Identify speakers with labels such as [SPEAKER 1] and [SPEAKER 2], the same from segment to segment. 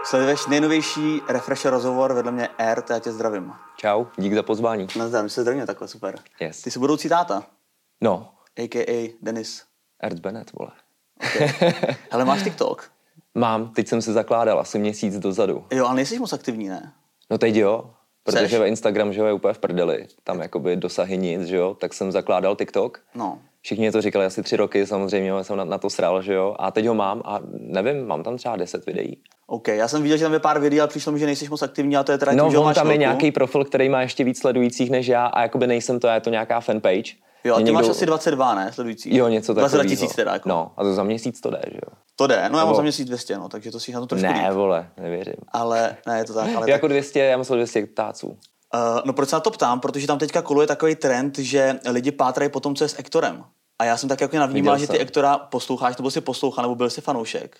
[SPEAKER 1] Sleduješ nejnovější Refresher rozhovor, vedle mě Air, já tě zdravím.
[SPEAKER 2] Čau, dík za pozvání.
[SPEAKER 1] Nazdar, my se zdravíme takhle, super.
[SPEAKER 2] Yes.
[SPEAKER 1] Ty jsi budoucí táta?
[SPEAKER 2] No.
[SPEAKER 1] A.k.a. Dennis.
[SPEAKER 2] Ernst Bennett, vole.
[SPEAKER 1] Okay. Hele, máš TikTok?
[SPEAKER 2] Mám, teď jsem se zakládal asi měsíc dozadu.
[SPEAKER 1] Jo, ale nejsi moc aktivní, ne?
[SPEAKER 2] No teď jo, protože
[SPEAKER 1] Jseš?
[SPEAKER 2] Instagram, že jo, je úplně v prdeli. Tam jakoby dosahy nic, že jo, tak jsem zakládal TikTok.
[SPEAKER 1] No.
[SPEAKER 2] Všichni mě to říkali asi 3 roky, samozřejmě jsem na to sral, že jo. A teď ho mám a nevím, mám tam třeba 10 videí.
[SPEAKER 1] OK, já jsem viděl, že tam je pár videí, ale přišlo mi, že nejsi moc aktivní a to je teda tím,
[SPEAKER 2] No,
[SPEAKER 1] že ho
[SPEAKER 2] on
[SPEAKER 1] máš
[SPEAKER 2] tam je
[SPEAKER 1] velkou.
[SPEAKER 2] nějaký profil, který má ještě víc sledujících než já a jakoby nejsem to, je to nějaká fanpage.
[SPEAKER 1] Jo, a ty
[SPEAKER 2] Mě
[SPEAKER 1] máš
[SPEAKER 2] někdo-
[SPEAKER 1] asi 22, ne, sledující?
[SPEAKER 2] Jo, něco takového.
[SPEAKER 1] 22 000 teda, jako.
[SPEAKER 2] No, a to za měsíc to jde, že jo.
[SPEAKER 1] To jde, no já mám
[SPEAKER 2] Nebo-
[SPEAKER 1] za měsíc 200, no, takže to si na to trošku
[SPEAKER 2] Ne,
[SPEAKER 1] líp.
[SPEAKER 2] vole, nevěřím.
[SPEAKER 1] Ale, ne, je to tak, ale
[SPEAKER 2] Jako 200, já myslel 200 táců.
[SPEAKER 1] No proč se na to ptám? Protože tam teďka koluje takový trend, že lidi pátrají po tom, co je s Ektorem. A já jsem tak jako navnímal, že
[SPEAKER 2] Viděl
[SPEAKER 1] ty
[SPEAKER 2] jsem.
[SPEAKER 1] Ektora posloucháš, nebo jsi poslouchal, nebo byl jsi fanoušek.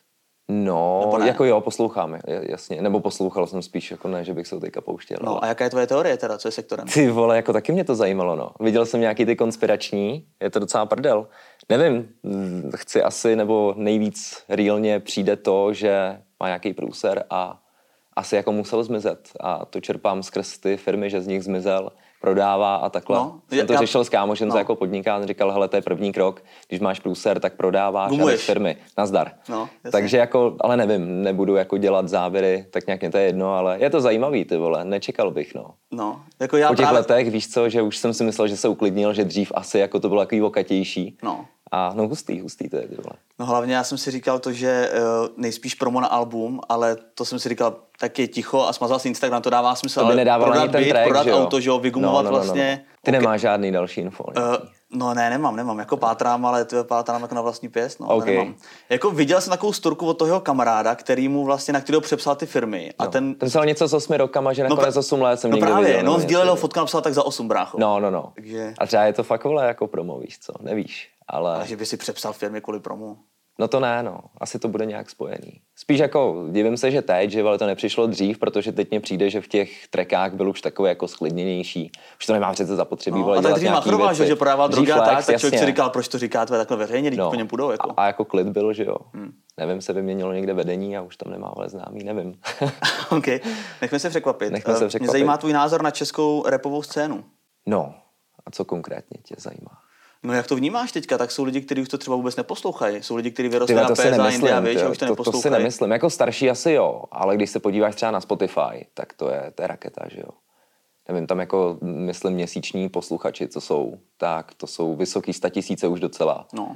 [SPEAKER 2] No,
[SPEAKER 1] Nebo ne?
[SPEAKER 2] jako jo, poslouchám, jasně. Nebo poslouchal jsem spíš, jako ne, že bych se ho teďka pouštěl.
[SPEAKER 1] No
[SPEAKER 2] ale-
[SPEAKER 1] a jaká je tvoje teorie teda, co je s Ektorem?
[SPEAKER 2] Ty vole, jako taky mě to zajímalo, no. Viděl jsem nějaký ty konspirační, je to docela prdel. Nevím, chci asi, nebo nejvíc reálně přijde to, že má nějaký průser a asi jako musel zmizet. A to čerpám skrz ty firmy, že z nich zmizel, prodává a takhle.
[SPEAKER 1] No,
[SPEAKER 2] Jsem to
[SPEAKER 1] já-
[SPEAKER 2] řešil s kámošem,
[SPEAKER 1] no.
[SPEAKER 2] co jako podniká, on říkal, hele, to je první krok, když máš průser, tak prodáváš a
[SPEAKER 1] Gumuješ.
[SPEAKER 2] jdeš firmy. Nazdar.
[SPEAKER 1] No, jasně.
[SPEAKER 2] Takže jako, ale nevím, nebudu jako dělat závěry, tak nějak mě to je jedno, ale je to zajímavý, ty vole, nečekal bych, no.
[SPEAKER 1] No, jako já
[SPEAKER 2] Po těch
[SPEAKER 1] právě...
[SPEAKER 2] letech, víš co, že už jsem si myslel, že se uklidnil, že dřív asi jako to bylo takový okatější.
[SPEAKER 1] No.
[SPEAKER 2] A no hustý to je, ty vole.
[SPEAKER 1] No hlavně já jsem si říkal to, že nejspíš promo na album, ale to jsem si říkal, tak je ticho a smazal si Instagram, to dává smysl,
[SPEAKER 2] To by
[SPEAKER 1] ale
[SPEAKER 2] nedával
[SPEAKER 1] prodat
[SPEAKER 2] ani ten
[SPEAKER 1] byt,
[SPEAKER 2] track,
[SPEAKER 1] prodat
[SPEAKER 2] že jo?
[SPEAKER 1] auto, že jo, vygumovat vlastně.
[SPEAKER 2] Ty
[SPEAKER 1] Ok.
[SPEAKER 2] nemáš žádný další info.
[SPEAKER 1] No ne, nemám, jako pátrám, ale ty pátrám jako na vlastní pěst, no,
[SPEAKER 2] Ok.
[SPEAKER 1] ale nemám. Jako viděl jsem takovou storku od toho jeho kamaráda, který mu vlastně, na kterého přepsal ty firmy a ten...
[SPEAKER 2] Ten psal něco s 8 rokama, že nakonec 8 let jsem
[SPEAKER 1] No
[SPEAKER 2] někde
[SPEAKER 1] právě,
[SPEAKER 2] viděl.
[SPEAKER 1] no on
[SPEAKER 2] nebo
[SPEAKER 1] sdílel
[SPEAKER 2] něco.
[SPEAKER 1] jeho fotku a napsal tak za 8 brácho.
[SPEAKER 2] No.
[SPEAKER 1] Takže...
[SPEAKER 2] A třeba je to fakt vole jako promo, víš co, nevíš.
[SPEAKER 1] Ale
[SPEAKER 2] Ale
[SPEAKER 1] že by si přepsal firmy kvůli promu.
[SPEAKER 2] no to ne, no. Asi to bude nějak spojený. Spíš jako divím se, že teď, že ale to nepřišlo dřív, protože teď mně přijde, že v těch trackách byl už takový jako sklidněnější. Už to nemá přece zapotřebí,
[SPEAKER 1] No,
[SPEAKER 2] vole,
[SPEAKER 1] a tak
[SPEAKER 2] dělat
[SPEAKER 1] dřív
[SPEAKER 2] nějaký
[SPEAKER 1] Machrová,
[SPEAKER 2] věci.
[SPEAKER 1] že prodával
[SPEAKER 2] Dřív
[SPEAKER 1] drogy a
[SPEAKER 2] Flex,
[SPEAKER 1] tak člověk si
[SPEAKER 2] jasně.
[SPEAKER 1] říkal, proč to říkáte takhle veřejně, když po něm půjdou. Jako.
[SPEAKER 2] A jako klid byl, že jo. Nevím, se vyměnilo někde vedení a už tam nemá ale známý, nevím.
[SPEAKER 1] OK, nechme se překvapit.
[SPEAKER 2] Nechme se
[SPEAKER 1] Mě
[SPEAKER 2] překvapit.
[SPEAKER 1] zajímá tvůj názor na českou rapovou scénu.
[SPEAKER 2] No, a co konkrétně tě zajímá?
[SPEAKER 1] No jak to vnímáš teďka? Tak jsou lidi, kteří už to třeba vůbec neposlouchají. Jsou lidi, kteří vyrostli
[SPEAKER 2] Tyhle,
[SPEAKER 1] na
[SPEAKER 2] to si
[SPEAKER 1] PSA, India,
[SPEAKER 2] nemyslím,
[SPEAKER 1] víš, a už to
[SPEAKER 2] to si
[SPEAKER 1] neposlouchají.
[SPEAKER 2] nemyslím. Jako starší asi jo, ale když se podíváš třeba na Spotify, tak to je raketa, že jo. Nevím, tam jako, myslím, měsíční posluchači, co jsou, tak to jsou vysoký 100 000 už docela.
[SPEAKER 1] No,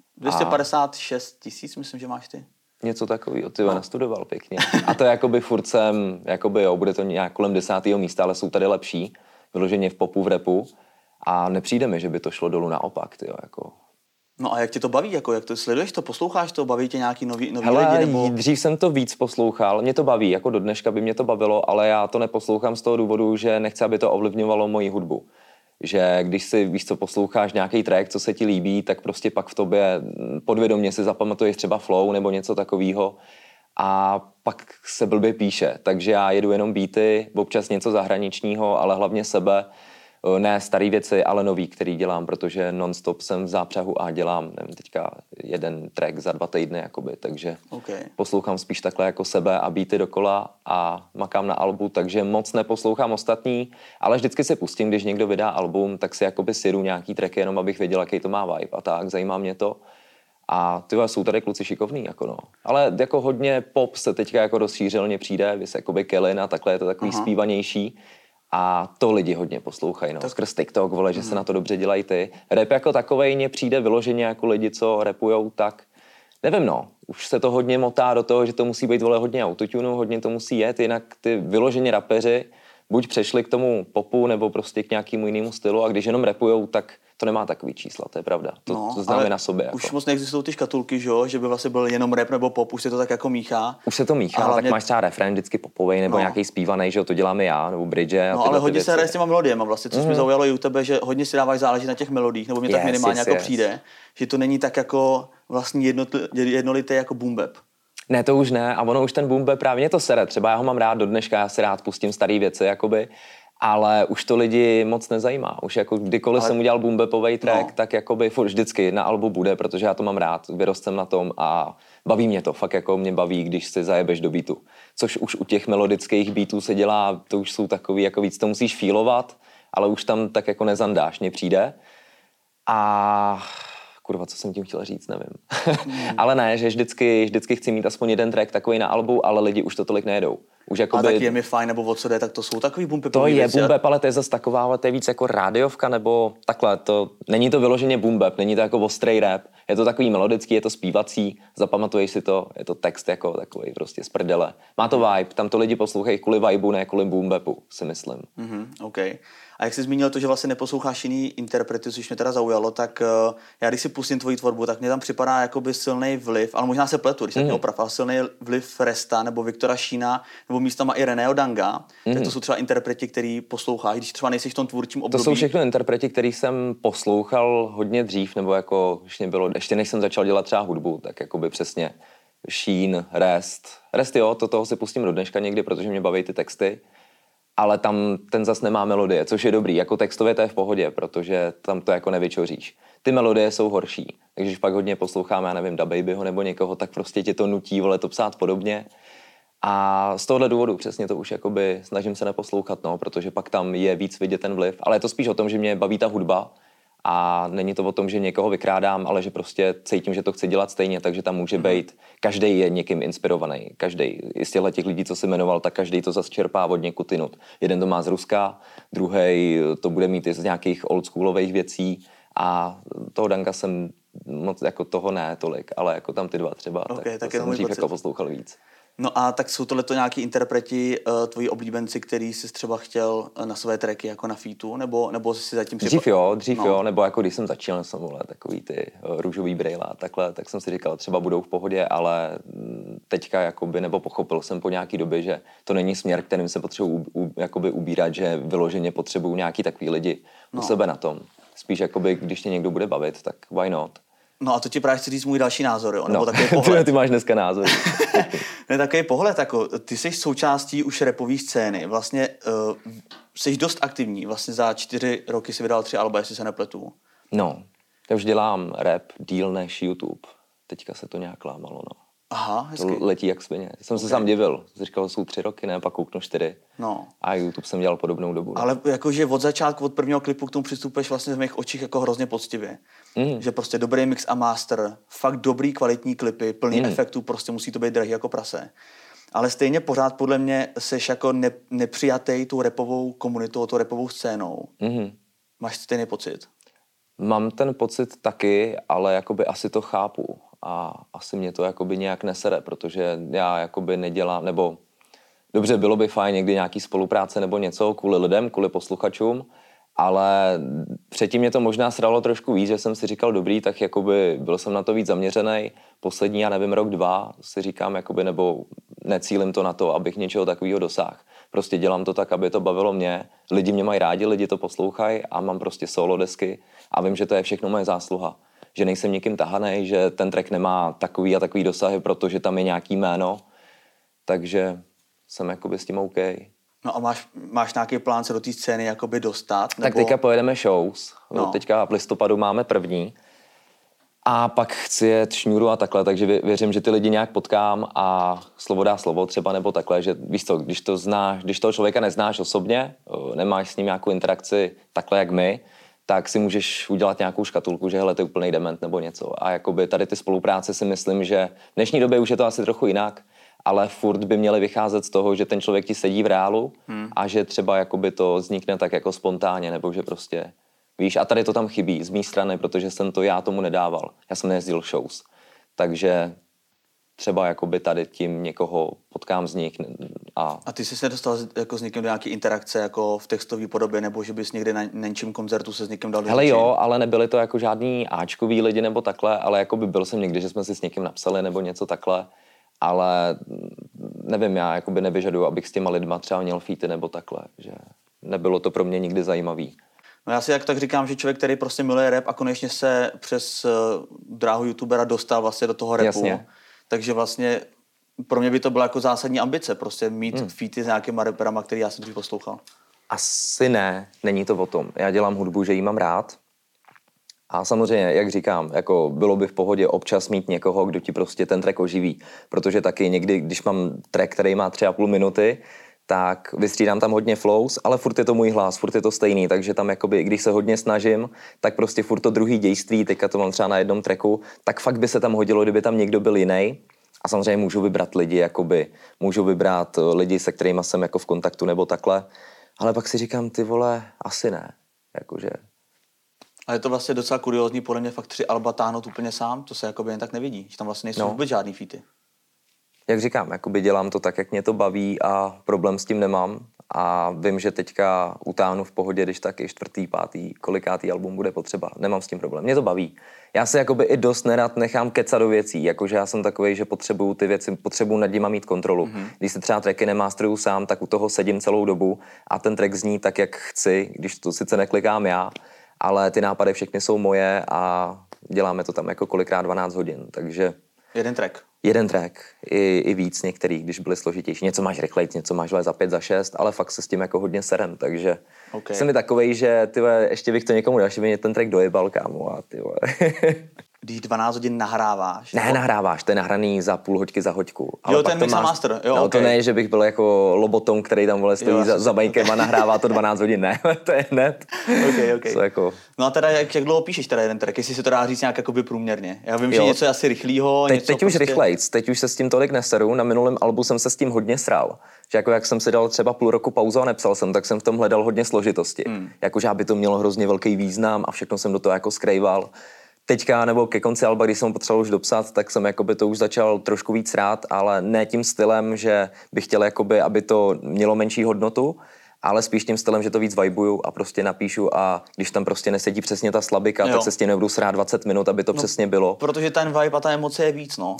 [SPEAKER 1] 256 000, myslím, že máš ty.
[SPEAKER 2] Něco takového, ty nastudoval pěkně. A to jakoby furt jsem, jakoby jo, bude to nějak kolem 10. místa, ale jsou tady lepší, vyloženě v popu, v rapu. A nepřijde mi, že by to šlo dolů naopak, tyjo, jako.
[SPEAKER 1] No a jak tě to baví? Jako, jak to sleduješ to, posloucháš to, baví tě nějaký nový
[SPEAKER 2] Hele,
[SPEAKER 1] lidi? Nebo...
[SPEAKER 2] dřív jsem to víc poslouchal, mě to baví, jako do dneška by mě to bavilo, ale já to neposlouchám z toho důvodu, že nechci, aby to ovlivňovalo moji hudbu. Že když si, víš co, posloucháš nějaký track, co se ti líbí, tak prostě pak v tobě podvědomě si zapamatuješ třeba flow nebo něco takového a pak se blbě píše. Takže já jedu jenom beaty, občas něco zahraničního, ale hlavně sebe. Ne staré věci, ale nový, který dělám, protože non-stop jsem v zápřahu a dělám, nevím, teďka jeden track za 2 týdny, jakoby, takže
[SPEAKER 1] Okay.
[SPEAKER 2] poslouchám spíš takhle jako sebe a beaty dokola a makám na albu, takže moc neposlouchám ostatní, ale vždycky si pustím, když někdo vydá album, tak si jakoby sjedu nějaký tracky, jenom abych věděl, jaký to má vibe a tak, zajímá mě to. A ty jsou tady kluci šikovný, jako no. Ale jako hodně pop se teďka jako rozšířil, mně přijde, vys jakoby Kellen a takhle je to takový zpívanější. A to lidi hodně poslouchají, no. Tak. Skrz TikTok, vole, že se na to dobře dělají ty. Rap jako takovej mně přijde vyloženě jako lidi, co rapujou, tak nevím, no. Už se to hodně motá do toho, že to musí být, vole, hodně autotunu, hodně to musí jet, jinak ty vyloženě rapeři buď přešli k tomu popu, nebo prostě k nějakému jinému stylu a když jenom rapujou, tak to nemá takový čísla, to je pravda. To známe na sobě.
[SPEAKER 1] Už
[SPEAKER 2] jako.
[SPEAKER 1] moc neexistují ty škatulky, že by vlastně byl jenom rap nebo pop, už se to tak jako míchá.
[SPEAKER 2] Už se to míchá,
[SPEAKER 1] hlavně...
[SPEAKER 2] tak máš třeba refrén vždycky popovej, nebo nějaký zpívaný, že jo, to dělám i já, nebo bridge.
[SPEAKER 1] No ale hodně se hraje s těma melodiema vlastně, co mi zaujalo i u tebe, že hodně si dáváš záleží na těch melodích, nebo mě tak minimálně jako přijde, že to není tak jako vlastně jednolité jako boom bap.
[SPEAKER 2] Ne, to už ne, a ono už ten boom bap právě mě to sere, třeba já ho mám rád do dneška, já si rád pustím staré věci, jakoby, ale už to lidi moc nezajímá. Už jako kdykoliv jsem udělal boom-bapovej track, tak jakoby furt vždycky na albu bude, protože já to mám rád, vyrost jsem na tom a baví mě to. Fakt jako mě baví, když si zajebeš do beatu. Což už u těch melodických beatů se dělá, to už jsou takový, jako víc to musíš feelovat, ale už tam tak jako nezandáš, mně přijde. A kurva, co jsem tím chtěl říct, nevím. Ale ne, že vždycky chci mít aspoň jeden track takový na albu, ale lidi už to tolik nejedou. Už jakoby...
[SPEAKER 1] A tak je mi fajn, nebo o co jde, tak to jsou takový boom-bapový
[SPEAKER 2] To je
[SPEAKER 1] věci.
[SPEAKER 2] boom-bap, ale to je zase taková, ale to je víc jako rádiovka, nebo takhle, není to vyloženě boom-bap, není to jako ostrý rap, je to takový melodický, je to zpívací, zapamatuješ si to, je to text jako takový prostě z prdele. Má to vibe, tam to lidi poslouchají kvůli vibeu, ne kvůli boom-bapu, si myslím.
[SPEAKER 1] OK. A jak jsi zmínil to, že vlastně neposloucháš jiný interprety, což mě teda zaujalo, tak já když si pustím tvoji tvorbu, tak mě tam připadá jakoby silný vliv, ale možná se pletu, když se mě oprav, ale silný vliv Resta nebo Viktora Šína nebo místama i Reného Danga. Tak to jsou třeba interpreti, který posloucháš, když třeba nejsi v tom tvůrčím období.
[SPEAKER 2] To jsou všechno interpreti, který jsem poslouchal hodně dřív, nebo jako ještě než jsem začal dělat třeba hudbu, tak jakoby přesně Šín, Rest, jo, toho si pustím do dneška někdy, protože mě baví ty texty. Ale tam ten zas nemá melodie, což je dobrý. Jako textově to je v pohodě, protože tam to jako nevyčoříš. Ty melodie jsou horší. Takže když pak hodně posloucháme, já nevím, DaBabyho nebo někoho, tak prostě tě to nutí, vole, to psát podobně. A z tohohle důvodu přesně to už jakoby snažím se neposlouchat, no, protože pak tam je víc vidět ten vliv. Ale je to spíš o tom, že mě baví ta hudba a není to o tom, že někoho vykrádám, ale že prostě cítím, že to chci dělat stejně, takže tam může být, každý je někým inspirovaný, každý z těch lidí, co jsi jmenoval, tak každý to zase čerpá od někud jinut. Jeden to má z Ruska, druhý to bude mít i z nějakých oldschoolových věcí a toho Danga jsem moc jako toho ne tolik, ale jako tam ty dva třeba,
[SPEAKER 1] Okay,
[SPEAKER 2] tak to jsem dřív jako poslouchal víc.
[SPEAKER 1] No a tak jsou tohleto nějaký interpreti, tvoji oblíbenci, který jsi třeba chtěl na své tracky jako na featu, nebo jsi zatím
[SPEAKER 2] Dřív jo, nebo jako když jsem začal, jsem takový ty růžový brejla a takhle, tak jsem si říkal, třeba budou v pohodě, ale teďka jakoby, nebo pochopil jsem po nějaký době, že to není směr, kterým se potřebuji jakoby ubírat, že vyloženě potřebuju nějaký takový lidi u sebe na tom. Spíš jakoby, když tě někdo bude bavit, tak why not?
[SPEAKER 1] No a to ti právě chci říct můj další názor, jo? Nebo takový pohled.
[SPEAKER 2] Ty máš dneska názor.
[SPEAKER 1] Ne, takový pohled, jako ty jsi součástí už rapové scény, vlastně jsi dost aktivní, vlastně za 4 roky si vydal 3 alba, jestli se nepletu.
[SPEAKER 2] No, já už dělám rap díl než YouTube, teďka se to nějak lámalo, no.
[SPEAKER 1] Aha, hezky.
[SPEAKER 2] To letí jak svině. Jsem se sám divil, jsem říkal, jsou 3 roky, ne, pak kouknu 4.
[SPEAKER 1] No.
[SPEAKER 2] A YouTube jsem dělal podobnou dobu.
[SPEAKER 1] Ale jakože od začátku, od prvního klipu k tomu přistupuješ vlastně v mých očích jako hrozně poctivě. Že prostě dobrý mix a master, fakt dobrý kvalitní klipy, plný efektů, prostě musí to být drahý jako prase. Ale stejně pořád podle mě seš jako nepřijatej tou rapovou komunitou, tou rapovou scénou. Máš stejný pocit?
[SPEAKER 2] Mám ten pocit taky, ale jakoby asi to chápu. A asi mě to jakoby nějak nesere, protože já jakoby nedělám, nebo dobře, bylo by fajn někdy nějaký spolupráce nebo něco kvůli lidem, kvůli posluchačům, ale předtím mě to možná sralo trošku víc, že jsem si říkal dobrý, tak jakoby byl jsem na to víc zaměřený. Poslední, já nevím, rok, 2 si říkám, jakoby, nebo necílim to na to, abych něčeho takového dosáhl. Prostě dělám to tak, aby to bavilo mě. Lidi mě mají rádi, lidi to poslouchají a mám prostě solo desky a vím, že to je všechno moje zásluha. Že nejsem nikým tahanej, že ten track nemá takový a takový dosahy, protože tam je nějaký jméno. Takže jsem jakoby s tím OK.
[SPEAKER 1] No a máš nějaký plán se do té scény jakoby dostat? Nebo...
[SPEAKER 2] Tak teďka pojedeme shows.
[SPEAKER 1] No.
[SPEAKER 2] Teďka v listopadu máme první. A pak chci jet šňůru a takhle, takže věřím, že ty lidi nějak potkám a slovo dá slovo třeba nebo takhle, že víš co, když toho člověka neznáš osobně, nemáš s ním nějakou interakci takhle jak my, tak si můžeš udělat nějakou škatulku, že hele, to je úplnej dement nebo něco. A jakoby tady ty spolupráce si myslím, že v dnešní době už je to asi trochu jinak, ale furt by měly vycházet z toho, že ten člověk ti sedí v reálu a že třeba jakoby to vznikne tak jako spontánně, nebo že prostě, víš, a tady to tam chybí z mé strany, protože jsem to já tomu nedával. Já jsem nejezdil shows. Takže třeba jakoby tady tím někoho potkám z nich.
[SPEAKER 1] A ty jsi se dostal jako s někým do nějaké interakce jako v textové podobě, nebo že bys někdy na něčím koncertu se s někým dal do
[SPEAKER 2] Hele jo, ale nebyli to jako žádný áčkoví lidi nebo takhle, ale jakoby byl jsem někdy, že jsme si s někým napsali nebo něco takhle, ale nevím, já jakoby nevyžaduju, abych s těma lidma třeba měl featy nebo takhle, že nebylo to pro mě nikdy zajímavý.
[SPEAKER 1] No já si tak říkám, že člověk, který prostě miluje rap a konečně se přes dráhu youtubera dostal vlastně do toho rapu.
[SPEAKER 2] Jasně.
[SPEAKER 1] Takže vlastně pro mě by to byla jako zásadní ambice, prostě mít featy s nějakýma raperama, který já jsem dřív poslouchal.
[SPEAKER 2] Asi ne, není to o tom. Já dělám hudbu, že ji mám rád. A samozřejmě, jak říkám, jako bylo by v pohodě občas mít někoho, kdo ti prostě ten track oživí. Protože taky někdy, když mám track, který má 3,5 minuty, tak vystřídám tam hodně flows, ale furt je to můj hlas, furt je to stejný, takže tam jakoby, když se hodně snažím, tak prostě furt to druhý dějství, teďka to mám třeba na jednom tracku, tak fakt by se tam hodilo, kdyby tam někdo byl jiný. A samozřejmě můžu vybrat lidi, můžu vybrat lidi, se kterými jsem jako v kontaktu nebo takhle, ale pak si říkám, ty vole, asi ne, jakože.
[SPEAKER 1] A je to vlastně docela kuriózní, podle mě fakt 3 alba táhnout úplně sám, to se jakoby jen tak nevidí, že tam vlastně nejsou vůbec žádný featy.
[SPEAKER 2] Jak říkám, jakoby dělám to tak, jak mě to baví a problém s tím nemám a vím, že teďka utáhnu v pohodě, když taky 4., 5., kolikátý album bude potřeba. Nemám s tím problém, mě to baví. Já se jakoby i dost nerad nechám kecat do věcí, jakože já jsem takovej, že potřebuju ty věci, potřebuju nad nima mít kontrolu. Když si třeba tracky nemasteruju sám, tak u toho sedím celou dobu a ten track zní tak, jak chci, když to sice neklikám já, ale ty nápady všechny jsou moje a děláme to tam jako kolikrát 12 hodin, takže... Jeden track, i víc některý, když byly složitější. Něco máš rychleji, něco máš za 5, za 6, ale fakt se s tím jako hodně serem, takže jsem mi takovej, že tyhle, ještě bych to někomu dal, že by mě ten track dojebal, kámo, a tyhle.
[SPEAKER 1] Když 12 hodin nahráváš?
[SPEAKER 2] Ne, nahráváš, to je nahraný za půl hoďky, za hoďku. Ale
[SPEAKER 1] jo, ten mix a master, jo,
[SPEAKER 2] no, to ne, že bych byl jako lobotom, který tam vole stojí za bajkem a nahrává to 12 hodin, ne, to je hned.
[SPEAKER 1] Okay.
[SPEAKER 2] Jako...
[SPEAKER 1] No a teda, jak dlouho píšeš teda jeden track, jestli se to dá říct nějak jakoby průměrně? Já vím, že něco je asi rychlýho.
[SPEAKER 2] Teď už rychlejc, teď už se s tím tolik neseru, na minulém albu jsem se s tím hodně sral. Že jako jak jsem si dal třeba půl roku pauzu a nepsal jsem, tak jsem v tom hledal hodně složitosti. Jakože aby to mělo hrozně velký význam a všechno jsem do toho jako skrýval. Teďka nebo ke konci alba, když jsem potřeboval už dopsat, tak jsem jakoby to už začal trošku víc rád, ale ne tím stylem, že bych chtěl jakoby, aby to mělo menší hodnotu, ale spíš tím stylem, že to víc vibuju a prostě napíšu a když tam prostě nesedí přesně ta slabika, tak se s tím nebudu srát 20 minut, aby to přesně bylo.
[SPEAKER 1] Protože ten vibe a ta emoce je víc, no.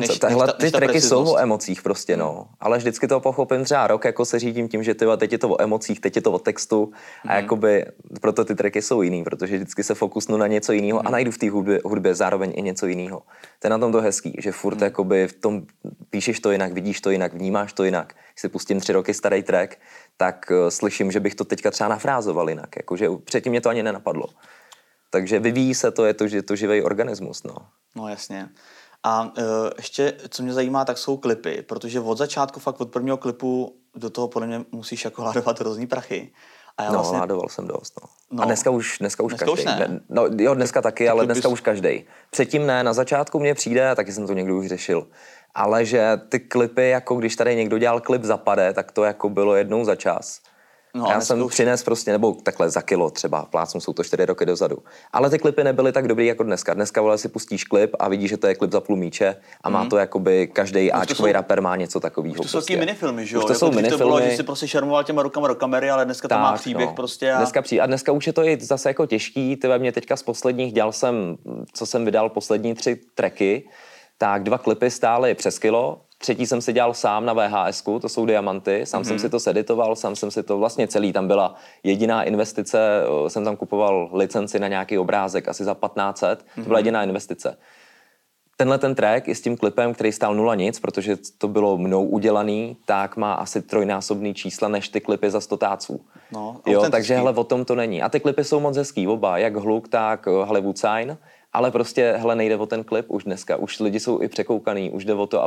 [SPEAKER 2] Ty tracky jsou o emocích prostě, no. Ale vždycky to pochopím třeba rok, jako se řídím tím, že teď je to o emocích, teď je to o textu a jakoby proto ty tracky jsou jiný, protože vždycky se fokusnu na něco jiného a najdu v té hudbě zároveň i něco jiného. To je na tom to hezký, že furt jakoby v tom píšeš to jinak, vidíš to jinak, vnímáš to jinak. Když si pustím 3 roky starý track, tak slyším, že bych to teďka třeba nafrázoval jinak, jakože předtím mě to ani nenapadlo. Takže vyvíjí se to, je to živý organismus, no.
[SPEAKER 1] No jasně. A ještě, co mě zajímá, tak jsou klipy, protože od začátku, fakt od prvního klipu do toho podle mě musíš jako ládovat hrozný prachy. A já vlastně...
[SPEAKER 2] ládoval jsem dost, no. A dneska už každý.
[SPEAKER 1] Už ne.
[SPEAKER 2] No jo, dneska taky, ale dneska už každý. Předtím ne, na začátku mně přijde, taky jsem to někdo už řešil. Ale že ty klipy, jako když tady někdo dělal klip za pade, tak to jako bylo jednou za čas. No, já jsem přines prostě, nebo takhle za kilo třeba, plácnu, jsou to 4 roky dozadu. Ale ty klipy nebyly tak dobrý jako dneska. Dneska vole si pustíš klip a vidíš, že to je klip za půl míče a má to jakoby každý áčkový rapper má něco takového.
[SPEAKER 1] To jsou taky minifilmy, že jo?
[SPEAKER 2] Už to jsou minifilmy. To bylo,
[SPEAKER 1] že si prostě šermoval těma rukama do kamery, ale dneska to má příběh prostě.
[SPEAKER 2] A dneska už je to i zase jako těžký. Ty ve mě teďka z posledních co jsem vydal poslední 3 tracky, tak 2 klipy stály přes kilo. 3. jsem si dělal sám na VHSku, to jsou diamanty, sám jsem si to seditoval, sám jsem si to vlastně celý, tam byla jediná investice, jsem tam kupoval licenci na nějaký obrázek asi za 1500, to byla jediná investice. Tenhle ten track i s tím klipem, který stál 0 nic, protože to bylo mnou udělaný, tak má asi 3násobný čísla než ty klipy za 100 táců.
[SPEAKER 1] No,
[SPEAKER 2] jo, takže hele, o tom to není. A ty klipy jsou moc hezký, oba, jak Hluk, tak Hollywood Sign. Ale prostě, hele, nejde o ten klip už dneska. Už lidi jsou i překoukaný, už jde o to,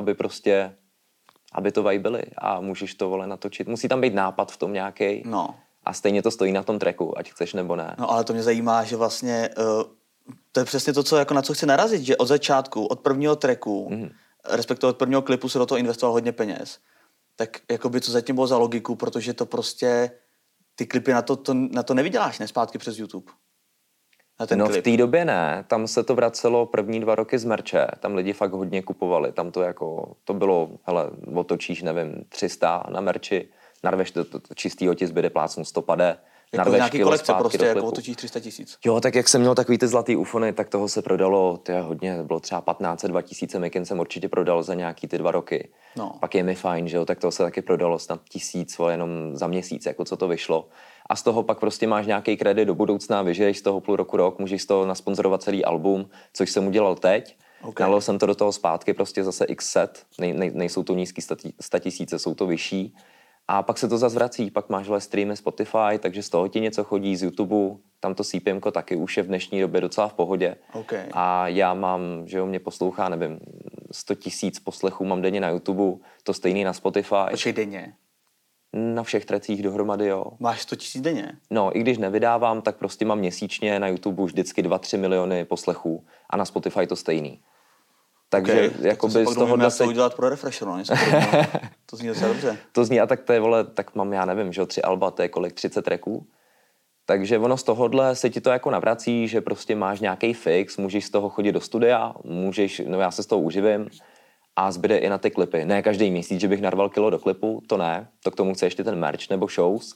[SPEAKER 2] aby to vibili a můžeš to, vole, natočit. Musí tam být nápad v tom nějaký.
[SPEAKER 1] No.
[SPEAKER 2] A stejně to stojí na tom tracku, ať chceš nebo ne.
[SPEAKER 1] No ale to mě zajímá, že vlastně to je přesně to, co, jako na co chci narazit, že od začátku, od prvního tracku, respektive od prvního klipu se do toho investoval hodně peněz. Tak jakoby co zatím bylo za logiku, protože to prostě ty klipy na to nevyděláš, ne, zpátky přes YouTube.
[SPEAKER 2] No v té době ne, tam se to vracelo první 2 roky z merče, tam lidi fakt hodně kupovali, tam to bylo, hele, otočíš, nevím, 300 na merči, narveš to čistý otisk, bude plácnu 100 pade,
[SPEAKER 1] jako nějaký kolekce prostě, jako otočíš 300 000.
[SPEAKER 2] Jo, tak jak jsem měl takový ty zlatý ufony, tak toho se prodalo, hodně, bylo třeba 1500, 2000, Mikin jsem určitě prodal za nějaký ty 2 roky.
[SPEAKER 1] No.
[SPEAKER 2] Pak je mi fajn, že jo, tak toho se taky prodalo snad 1000, jenom za měsíc, jako co to vyšlo. A z toho pak prostě máš nějaký kredit do budoucna, vyžiješ z toho půl roku, rok, můžeš z toho nasponzorovat celý album, což jsem udělal teď. Nalil jsem to do toho zpátky prostě zase x set, nejsou to nízký 100 000, jsou to vyšší. A pak se to zase vrací, pak máš streamy Spotify, takže z toho ti něco chodí, z YouTube, tam to CPMko taky už je v dnešní době docela v pohodě.
[SPEAKER 1] Okay.
[SPEAKER 2] A já mám, že mě poslouchá, nevím, 100 000 poslechů mám denně na YouTube, to stejný na Spotify.
[SPEAKER 1] Počkej, denně?
[SPEAKER 2] Na všech trecích dohromady, jo.
[SPEAKER 1] Máš 100 000 denně?
[SPEAKER 2] No, i když nevydávám, tak prostě mám měsíčně na YouTube už vždycky 2-3 miliony poslechů a na Spotify to stejný. Takže jakoby
[SPEAKER 1] tak
[SPEAKER 2] z tohohle se...
[SPEAKER 1] udělat pro Refresher, no? To zní docela dobře.
[SPEAKER 2] To zní, a tak to je, vole, tak mám, já nevím, že 3 alba, to je kolik, 30 tracků. Takže ono z tohohle se ti to jako navrací, že prostě máš nějaký fix, můžeš z toho chodit do studia, můžeš, no já se z toho uživím a zbyde i na ty klipy. Ne každý měsíc, že bych narval kilo do klipu, to ne, to k tomu chce ještě ten merch nebo shows,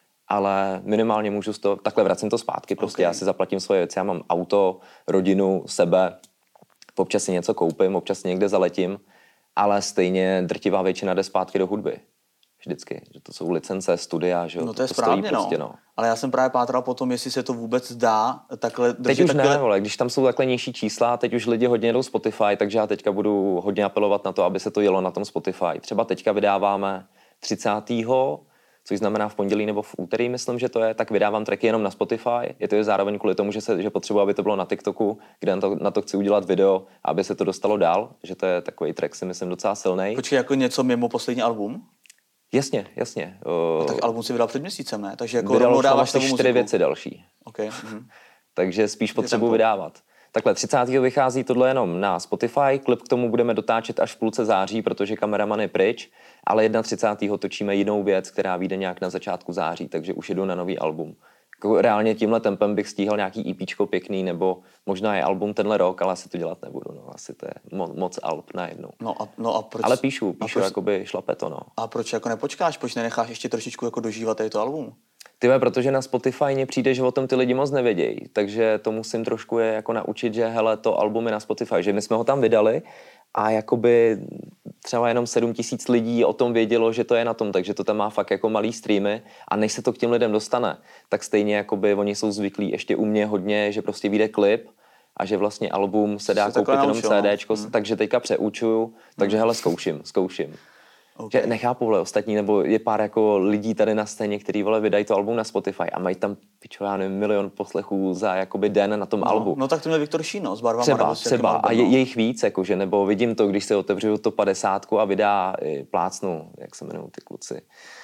[SPEAKER 2] ale minimálně můžu z toho, takhle vracím to zpátky, prostě já si zaplatím svoje věci, já mám auto, rodinu, sebe, občas si něco koupím, občas někde zaletím, ale stejně drtivá většina jde zpátky do hudby. Vždycky, že to jsou licence, studia, že
[SPEAKER 1] no to je správně,
[SPEAKER 2] prostě,
[SPEAKER 1] no. Ale já jsem právě pátral potom, jestli se to vůbec dá takhle držet.
[SPEAKER 2] Teď už takhle... ne, vole, když tam jsou takhle nižší čísla, teď už lidi hodně jdou Spotify, takže já teďka budu hodně apelovat na to, aby se to jelo na tom Spotify. Třeba teďka vydáváme 30. což znamená v pondělí nebo v úterý, myslím, že to je, tak vydávám tracky jenom na Spotify. Je to zároveň kvůli tomu, že potřebuji, aby to bylo na TikToku, kde na to chci udělat video, aby se to dostalo dál, že to je takový track, si myslím, docela silnej.
[SPEAKER 1] Počkej, jako něco mimo poslední album?
[SPEAKER 2] Jasně.
[SPEAKER 1] No, tak album si vydal před měsícem, ne? Takže jako
[SPEAKER 2] vydal
[SPEAKER 1] dáváš
[SPEAKER 2] asi 4 věci další.
[SPEAKER 1] Okay.
[SPEAKER 2] Takže spíš potřebuji vydávat. Takhle 30. vychází tohle jenom na Spotify, klip k tomu budeme dotáčet až v půlce září, protože kameraman je pryč, ale 31. točíme jinou věc, která vyjde nějak na začátku září, takže už jedu na nový album. Jako reálně tímhle tempem bych stíhal nějaký EPčko pěkný, nebo možná je album tenhle rok, ale asi to dělat nebudu, no, asi to je moc alb najednou.
[SPEAKER 1] No a proč?
[SPEAKER 2] Ale píšu jakoby šlape to, no.
[SPEAKER 1] A proč jako nepočkáš, proč nenecháš ještě trošičku jako dožívat tady to album?
[SPEAKER 2] Tyve, protože na Spotify mně přijde, že o tom ty lidi moc nevědějí, takže to musím trošku je jako naučit, že hele, to album je na Spotify, že my jsme ho tam vydali a jakoby třeba jenom 7 000 lidí o tom vědělo, že to je na tom, takže to tam má fakt jako malý streamy a než se to k těm lidem dostane, tak stejně jakoby oni jsou zvyklí ještě u mě hodně, že prostě vyjde klip a že vlastně album se dá koupit jenom CDčko, takže teďka přeučuju, takže hele, zkouším. Okay. Že nechápu, vole, ostatní, nebo je pár jako lidí tady na scéně, který vole vydají to album na Spotify a mají tam, pičo, já nevím, 1 milion poslechů za jakoby den na tom albu.
[SPEAKER 1] No tak to měl Viktor Šíno s barvama.
[SPEAKER 2] Třeba. A je jich víc, jakože, nebo vidím to, když se otevřu to 50 a vydá plácnu, jak se jmenují ty kluci.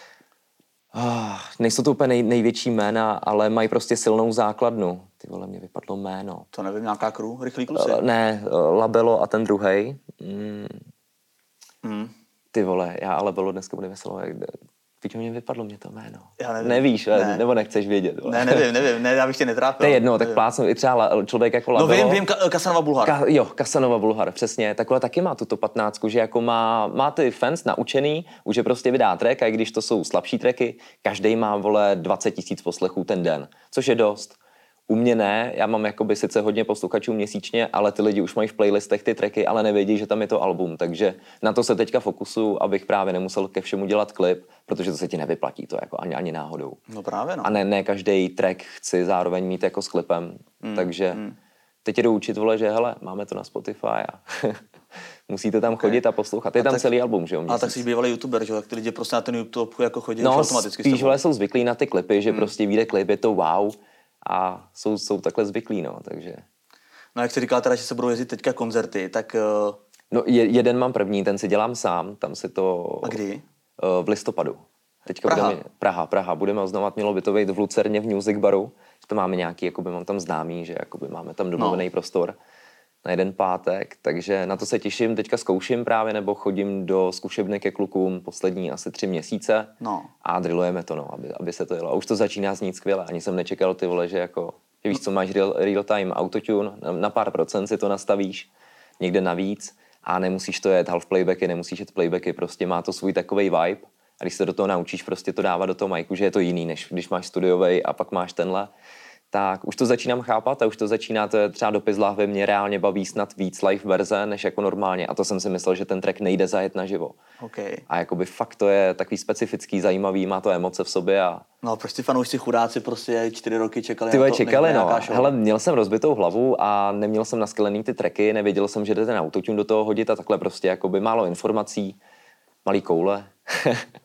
[SPEAKER 2] Nejsou to úplně největší jména, ale mají prostě silnou základnu. Ty vole, mě vypadlo jméno.
[SPEAKER 1] To nevím, nějaká crew? Rychlý kluci?
[SPEAKER 2] Ne, Labelo a ten druhej. Ty vole, já ale bylo dneska bude veselo, jak Pičo, mě vypadlo mě to jméno.
[SPEAKER 1] Já nevím.
[SPEAKER 2] Nevíš, nebo nechceš vědět.
[SPEAKER 1] Vole. Nevím, já bych tě netrápil.
[SPEAKER 2] To je jedno, tak plácnu i třeba člověk jako Labelo.
[SPEAKER 1] No vím, Kasanova Bulhar.
[SPEAKER 2] Kasanova Bulhar, přesně. Takhle taky má tuto 15, že jako má ty fans naučený, už je prostě vydá track, a i když to jsou slabší tracky, každý má, vole, 20 000 poslechů ten den, což je dost. U mě ne, já mám jakoby sice hodně posluchačů měsíčně, ale ty lidi už mají v playlistech ty tracky, ale nevědí, že tam je to album, takže na to se teďka fokusuju, abych právě nemusel ke všemu dělat klip, protože to se ti nevyplatí to jako ani náhodou.
[SPEAKER 1] No právě, no.
[SPEAKER 2] A ne každý track chci zároveň mít jako s klipem, takže teď jdu učit, vole, že hele, máme to na Spotify a musíte tam chodit a poslouchat. Je tam celý album, že jo?
[SPEAKER 1] A tak jsi bývalý youtuber, že jo? Tak ty lidi prostě na ten YouTube jako chodí už automaticky.
[SPEAKER 2] No, spíš, vole, jsou zvyklí na ty klipy, že prostě vyjde klip, je to wow. A jsou takhle zvyklí, no, takže.
[SPEAKER 1] No jak jsi říkal teda, že se budou jezdit teďka koncerty, tak...
[SPEAKER 2] No jeden mám první, ten si dělám sám, tam si to...
[SPEAKER 1] A kdy?
[SPEAKER 2] V listopadu. Teďka Praha. Budeme oznamovat, mělo by to být v Lucerně v Music Baru, že to máme nějaký, jakoby mám tam známý, že jakoby máme tam domluvený prostor na jeden pátek, takže na to se těším, teďka zkouším právě, nebo chodím do zkušebny ke klukům poslední asi 3 měsíce a drillujeme to, no, aby se to jelo. A už to začíná znít skvěle, ani jsem nečekal, ty vole, že jako, že víš co, máš real time autotune, na pár procent si to nastavíš, někde navíc a nemusíš to jet half playbacky, nemusíš jet playbacky, prostě má to svůj takovej vibe a když se do toho naučíš prostě to dávat do toho micu, že je to jiný, než když máš studiovej a pak máš tenhle, tak už to začínám chápat a už to začíná, to je třeba dopis lahve, mě reálně baví snad víc live verze, než jako normálně. A to jsem si myslel, že ten track nejde zajet naživo.
[SPEAKER 1] Okay.
[SPEAKER 2] A jakoby fakt to je takový specifický, zajímavý, má to emoce v sobě a...
[SPEAKER 1] No a proč ty fanoušci chudáci prostě 4 roky čekali
[SPEAKER 2] na to?
[SPEAKER 1] Čekali,
[SPEAKER 2] no. Hele, měl jsem rozbitou hlavu a neměl jsem naskalený ty tracky, nevěděl jsem, že jde ten autotune do toho hodit a takhle prostě jakoby málo informací, malý koule.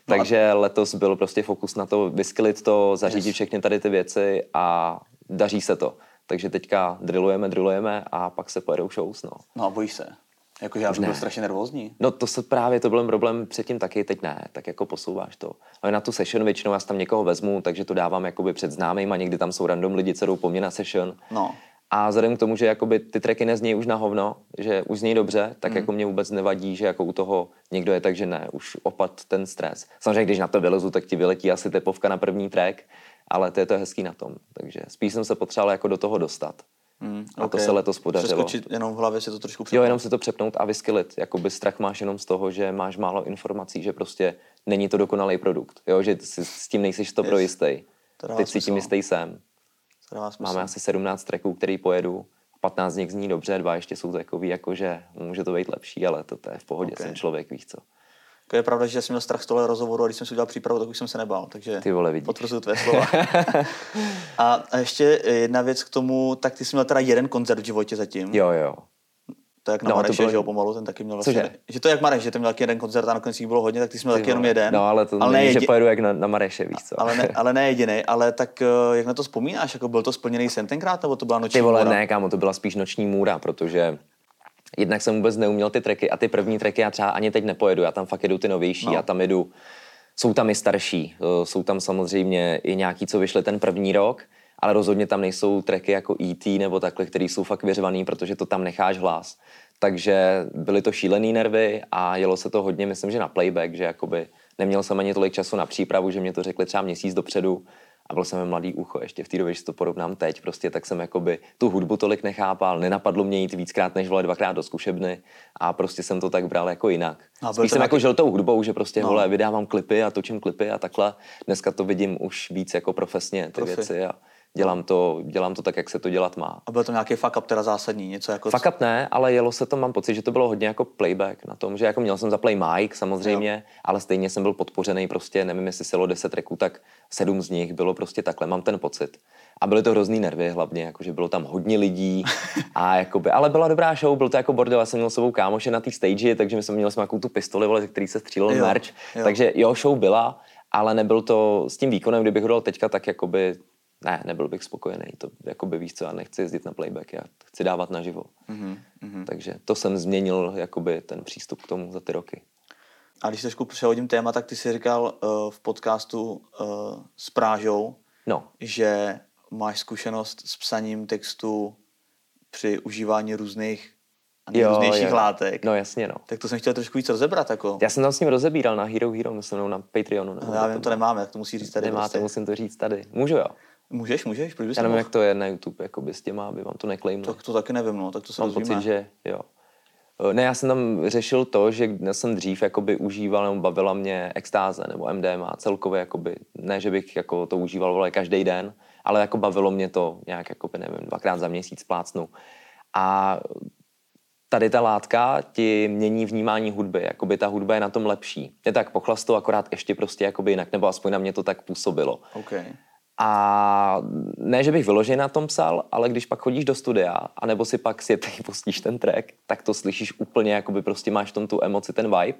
[SPEAKER 2] Takže letos byl prostě fokus na to vyskylit to, zařídit všechny tady ty věci a daří se to. Takže teďka drillujeme a pak se pojedou shows, no.
[SPEAKER 1] No a bojíš se? Jakože já bych byl strašně nervózní.
[SPEAKER 2] No to byl problém předtím taky, teď ne, tak jako posouváš to. Ale na tu session většinou já tam někoho vezmu, takže to dávám jakoby před známým a někdy tam jsou random lidi, co jdou po mně na session.
[SPEAKER 1] No.
[SPEAKER 2] A vzhledem k tomu, že jakoby ty tracky neznějí už na hovno, že už znějí dobře, tak jako mě vůbec nevadí, že jako u toho někdo je tak, že ne, už opad ten stres. Samozřejmě, když na to vylezu, tak ti vyletí asi tepovka na první track, ale to je to hezký na tom. Takže spíš jsem se potřeboval jako do toho dostat. A to se letos podařilo.
[SPEAKER 1] Přeskočit jenom v hlavě si to trošku přepnout.
[SPEAKER 2] Jo, jenom si to přepnout a vyskylit. Jakoby strach máš jenom z toho, že máš málo informací, že prostě není to dokonalý produkt. Jo, že s tím nejsiš 100% jistý. Teď si tím jistý jsem. Máme asi 17 tracků, který pojedu. 15 z nich zní dobře, 2 ještě jsou takový, jako že může to být lepší, ale to je v pohodě, jsem člověk, víš co.
[SPEAKER 1] To je pravda, že jsem měl strach z tohle rozhovoru a když jsem si udělal přípravu, tak už jsem se nebál, takže potvrzuju tvé slova. A ještě jedna věc k tomu, tak ty jsi měl teda jeden koncert v životě zatím.
[SPEAKER 2] Jo.
[SPEAKER 1] To jak na Mareše, že jo, pomalu, ten taky měl vlastně. Že to jak Mareš, že ten měl taky jeden koncert a nakonec jich bylo hodně, tak ty jsi měl taky jenom jeden.
[SPEAKER 2] No, ale to není, že pojedu jak na Mareše, víš co.
[SPEAKER 1] Ale ne jedinej, ale tak jak na to vzpomínáš, jako byl to splněný sen tenkrát, nebo to byla noční
[SPEAKER 2] můra?
[SPEAKER 1] Ty vole,
[SPEAKER 2] ne, kámo, to byla spíš noční můra, protože jednak jsem vůbec neuměl ty tracky a ty první tracky já třeba ani teď nepojedu, já tam fakt jedu ty novější, já tam jedu, jsou tam i starší, jsou tam samozřejmě i nějaký, co vyšly ten první rok, ale rozhodně tam nejsou tracky jako E.T. nebo takhle, který jsou fakt vyřvaný, protože to tam necháš hlas. Takže byly to šílený nervy a jelo se to hodně, myslím, že na playback, že jakoby neměl jsem ani tolik času na přípravu, že mě to řekli třeba měsíc dopředu a byl jsem mladý ucho, ještě v té době, že to porovnám teď, prostě tak jsem jakoby tu hudbu tolik nechápal, nenapadlo mě jít víckrát než dvakrát do zkušebny a prostě jsem to tak bral jako jinak. Spíš jsem jako žil tou hudbou, že prostě vydávám klipy a točím klipy a takhle. Dneska to vidím už víc jako profesně ty věci a dělám to tak, jak se to dělat má.
[SPEAKER 1] A byl to nějaký fuck up teda zásadní? Něco jako...
[SPEAKER 2] Fuck up ne, ale jelo se to, mám pocit, že to bylo hodně jako playback na tom, že jako měl jsem za play mic samozřejmě, ale stejně jsem byl podpořený prostě, nevím, jestli se jelo 10 tracků, tak 7 z nich bylo prostě takhle, mám ten pocit. A byly to hrozný nervy hlavně, jakože bylo tam hodně lidí a jakoby, ale byla dobrá show, byl to jako bordel, já jsem měl s sebou kámoše na té stage, takže my jsme měli nějakou tu pistoli, vole, ze který se střílel merch, takže show byla, ale nebyl to s tím výkonem, kdybych ho dal teďka, tak jakoby nebyl bych spokojený, to jakoby víš co, já nechci jezdit na playback, já chci dávat naživo. Takže to jsem změnil jakoby ten přístup k tomu za ty roky.
[SPEAKER 1] A když trošku přehodím téma, tak ty jsi říkal v podcastu s Prážou, že máš zkušenost s psaním textu při užívání různých nejrůznějších látek.
[SPEAKER 2] No jasně, no.
[SPEAKER 1] Tak to jsem chtěl trošku víc rozebrat. Jako.
[SPEAKER 2] Já jsem tam s ním rozebíral na Hero, myslím, na Patreonu.
[SPEAKER 1] Já vím, to nemáme, tak to musí říct tady.
[SPEAKER 2] Nemáte, prostě. Musím to říct tady. Můžu, jo?
[SPEAKER 1] Můžeš, proč bys
[SPEAKER 2] já nevím, jak to je na YouTube, jakoby s těma, aby vám to neklejmli.
[SPEAKER 1] Tak to taky nevím, no, tak to se
[SPEAKER 2] mám pocit, že jo. Ne, já jsem tam řešil to, že jsem dřív jakoby užíval, nebo bavila mě extáze, nebo MDMA, celkově jakoby, ne, že bych jako to užíval vole každý den, ale jako bavilo mě to nějak, jakoby, nevím, 2krát za měsíc plácnu. A tady ta látka ti mění vnímání hudby, jakoby ta hudba je na tom lepší. Je tak pochlastu, akorát ještě prostě jakoby jinak, nebo aspoň na mě to tak působilo.
[SPEAKER 1] Okay.
[SPEAKER 2] A ne, že bych vyloženě na tom psal, ale když pak chodíš do studia, anebo si pak sjetej pustíš ten track, tak to slyšíš úplně, jakoby prostě máš v tom tu emoci, ten vibe.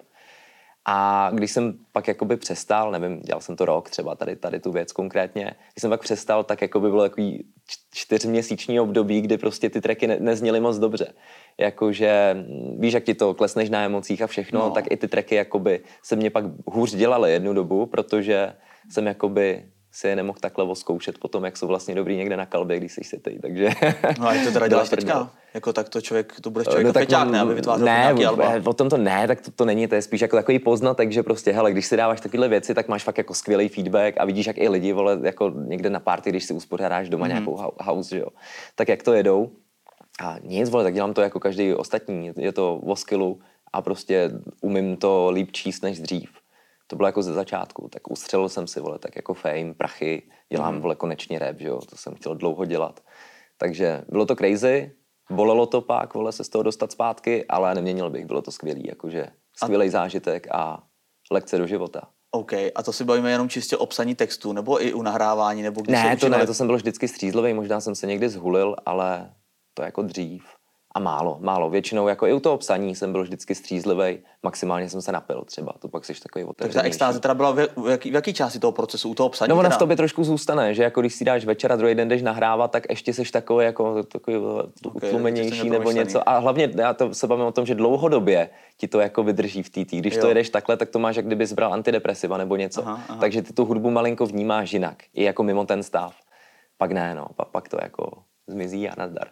[SPEAKER 2] A když jsem pak jakoby přestal, nevím, dělal jsem to rok třeba tady tu věc konkrétně, když jsem pak přestal, tak jakoby bylo takový 4měsíční období, kdy prostě ty tracky nezněly moc dobře. Jakože víš, jak ti to klesneš na emocích a všechno, tak i ty tracky jakoby se mě pak hůř dělaly jednu dobu, protože jsem jakoby si je nemohl takhle zkoušet potom, jak jsou vlastně dobrý někde na kalbě, když jsi setej, takže...
[SPEAKER 1] No a jak to teda děláš teďka? Jako tak to budeš člověk feťák, ne? Aby vytvářel nějaký alba.
[SPEAKER 2] O tom to ne, tak to není, to je spíš jako takový poznatek, že prostě, hele, když si dáváš takovéhle věci, tak máš fakt jako skvělý feedback a vidíš, jak i lidi, vole, jako někde na party, když si uspořádáš doma nějakou house, že jo, tak jak to jedou. A nic, vole, tak dělám to jako každý ostatní, je to o skillu a prostě umím to líp číst než dřív. To bylo jako ze začátku, tak ustřelil jsem si, vole, tak jako fame, prachy, dělám, vole, konečně rap, že jo, to jsem chtěl dlouho dělat. Takže bylo to crazy, bolelo to pak, vole, se z toho dostat zpátky, ale neměnil bych, bylo to skvělý, jakože skvělý zážitek a lekce do života.
[SPEAKER 1] OK, a to si bavíme jenom čistě o psaní textu, nebo i u nahrávání, nebo když
[SPEAKER 2] ne, to jsem byl vždycky střízlivý, možná jsem se někdy zhulil, ale to jako dřív. A málo. Většinou jako i u toho psaní jsem byl vždycky střízlivej, maximálně jsem se napil třeba, to pak jsi takový otevřenější.
[SPEAKER 1] Takže ta extáze teda byla v jaký části toho procesu, u toho psaní?
[SPEAKER 2] No ona
[SPEAKER 1] teda?
[SPEAKER 2] v tobě trošku zůstane, že jako když si dáš večer a druhý den jdeš nahrávat, tak ještě seš takový jako takový utlumenější nebo něco. A hlavně já to se bavím o tom, že dlouhodobě ti to jako vydrží v TT. Když to jedeš takhle, tak to máš, jak kdyby zbral antidepresiva nebo něco. Aha. Takže ty tu hudbu malinko vnímáš jinak, i jako mimo ten stav. Pak ne, no, pak to jako zmizí a nazdar.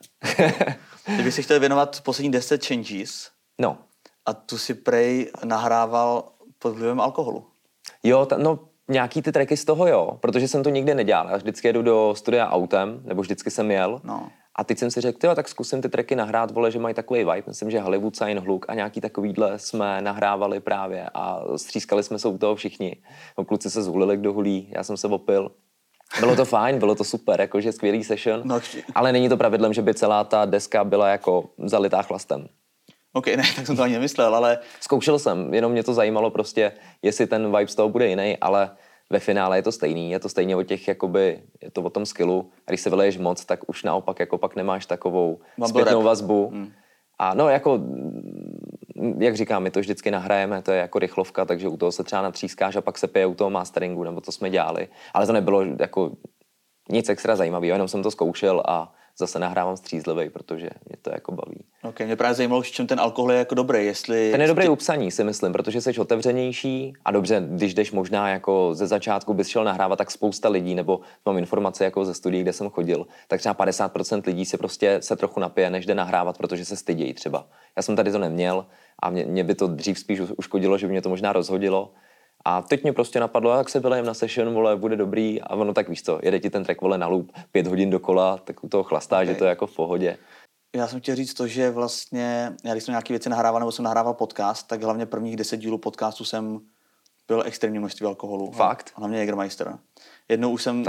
[SPEAKER 1] Ty bys si chtěl věnovat poslední 10 Changes.
[SPEAKER 2] No.
[SPEAKER 1] A tu si prej nahrával pod vlivem alkoholu.
[SPEAKER 2] Jo, no nějaký ty tracky z toho jo, protože jsem to nikdy nedělal. Já vždycky jedu do studia autem, nebo vždycky jsem jel.
[SPEAKER 1] No.
[SPEAKER 2] A teď jsem si řekl, jo, tak zkusím ty tracky nahrát, vole, že mají takový vibe. Myslím, že Hollywood Sign Hluk a nějaký takovýhle jsme nahrávali právě a střískali jsme se u toho všichni. No, kluci se zhulili, kdo hulí, já jsem se opil. Bylo to fajn, bylo to super, jakože skvělý session, ale není to pravidlem, že by celá ta deska byla jako zalitá chlastem.
[SPEAKER 1] OK, ne, tak jsem to ani nemyslel, ale...
[SPEAKER 2] Zkoušel jsem, jenom mě to zajímalo prostě, jestli ten vibe z toho bude jiný, ale ve finále je to stejný, je to stejně o těch, jakoby, je to o tom skillu a když se vyleješ moc, tak už naopak jako pak nemáš takovou zpětnou vazbu. A no jako, jak říkám, my to vždycky nahrajeme, to je jako rychlovka, takže u toho se třeba natřískáš a pak se pije u toho masteringu, nebo to jsme dělali. Ale to nebylo jako nic extra zajímavého, jenom jsem to zkoušel a zase nahrávám střízlivej, protože mě to jako baví.
[SPEAKER 1] OK, mě právě zajímalo, čím ten alkohol je jako dobrý, jestli...
[SPEAKER 2] Ten je dobrý u psaní, si myslím, protože jsi otevřenější a dobře, když jdeš možná jako ze začátku bys šel nahrávat, tak spousta lidí, nebo mám informace jako ze studií, kde jsem chodil, tak třeba 50% lidí si prostě se trochu napije, než jde nahrávat, protože se stydějí třeba. Já jsem tady to neměl a mě by to dřív spíš uškodilo, že by mě to možná rozhodilo. A teď mě prostě napadlo, jak se vylejem na session, vole, bude dobrý a ono tak víš co, jede ti ten track, vole, na loop 5 hodin dokola, tak u toho chlastá, že to je jako v pohodě.
[SPEAKER 1] Já jsem chtěl říct to, že vlastně, já když jsem nějaké věci nahrával, nebo jsem nahrával podcast, tak hlavně prvních 10 dílů podcastu jsem byl extrémní množství alkoholu.
[SPEAKER 2] Fakt?
[SPEAKER 1] Hlavně Jägermeister. Jednou jsem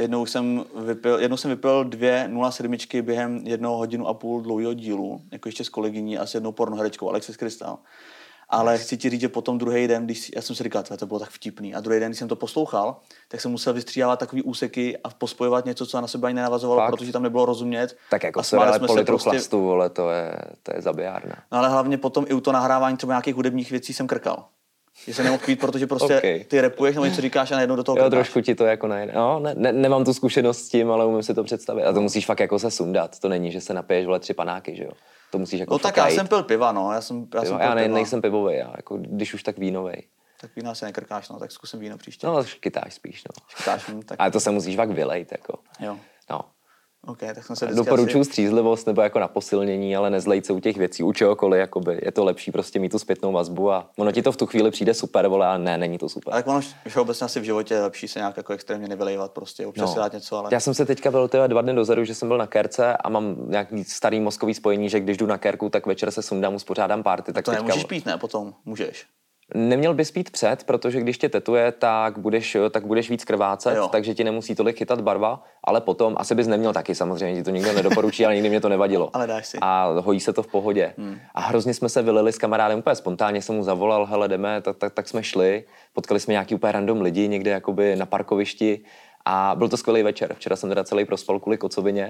[SPEAKER 1] vypil 2 0,7 během 1 hodinu a půl dlouhého dílu, jako ještě s kolegyní a s jednou pornoherečkou, Alexis Krystal. Ale chci ti říct, že potom druhý den, když já jsem si říkal, to bylo tak vtipný, a druhý den, když jsem to poslouchal, tak jsem musel vystřídávat takový úseky a pospojovat něco, co na sebe ani nenavazovalo,
[SPEAKER 2] fakt?
[SPEAKER 1] Protože tam nebylo rozumět.
[SPEAKER 2] Tak jako se ale po litru chlastu, vole, to je zabijárna.
[SPEAKER 1] No ale hlavně potom i u to nahrávání třeba nějakých hudebních věcí jsem krkal. Že se nemohl pít, protože prostě ty rapuješ nebo něco říkáš a najednou do toho krkáš.
[SPEAKER 2] Jo, trošku ti to jako nejde. No, nemám tu zkušenost s tím, ale umím si to představit. A to musíš fakt jako se sundat. To není, že se napiješ, vole, 3 panáky, že jo. To musíš jako
[SPEAKER 1] no tak já jsem pil piva, no. Já
[SPEAKER 2] nejsem pivovej, já jako když už tak vínovej.
[SPEAKER 1] Tak vína se nekrkáš, no, tak zkusím víno příště.
[SPEAKER 2] No, škytáš spíš, no.
[SPEAKER 1] Škytáš, tak...
[SPEAKER 2] Ale to se musíš fakt vylejt, jako.
[SPEAKER 1] Jo.
[SPEAKER 2] No.
[SPEAKER 1] OK, tak jsem se
[SPEAKER 2] doporučuji střízlivost nebo jako na posilnění, ale nezlejt se u těch věcí, u čehokoliv, jakoby. Je to lepší prostě mít tu zpětnou vazbu a ono ti to v tu chvíli přijde super, vole, ale ne, není to super.
[SPEAKER 1] Ale tak ono všeobecně asi v životě je lepší se nějak jako extrémně nevylejvat, prostě občas si dát něco, ale...
[SPEAKER 2] Já jsem se teďka byl 2 dny dozadu, že jsem byl na kerce a mám nějaký starý mozkový spojení, že když jdu na kerku, tak večer se sundám, uspořádám party. Tak
[SPEAKER 1] to teďka... nemůžeš pít, ne? Potom můžeš.
[SPEAKER 2] Neměl bys pít před, protože když tě tetuje, tak budeš víc krvácet, takže ti nemusí tolik chytat barva, ale potom, asi bys neměl taky, samozřejmě ti to nikdo nedoporučí, ale nikdy mě to nevadilo.
[SPEAKER 1] Ale dáš si.
[SPEAKER 2] A hojí se to v pohodě. A hrozně jsme se vylili s kamarádem úplně spontánně, jsem mu zavolal, hele jdeme, tak jsme šli, potkali jsme nějaký úplně random lidi někde jakoby na parkovišti a byl to skvělý večer. Včera jsem teda celý prospal kvůli kocovině.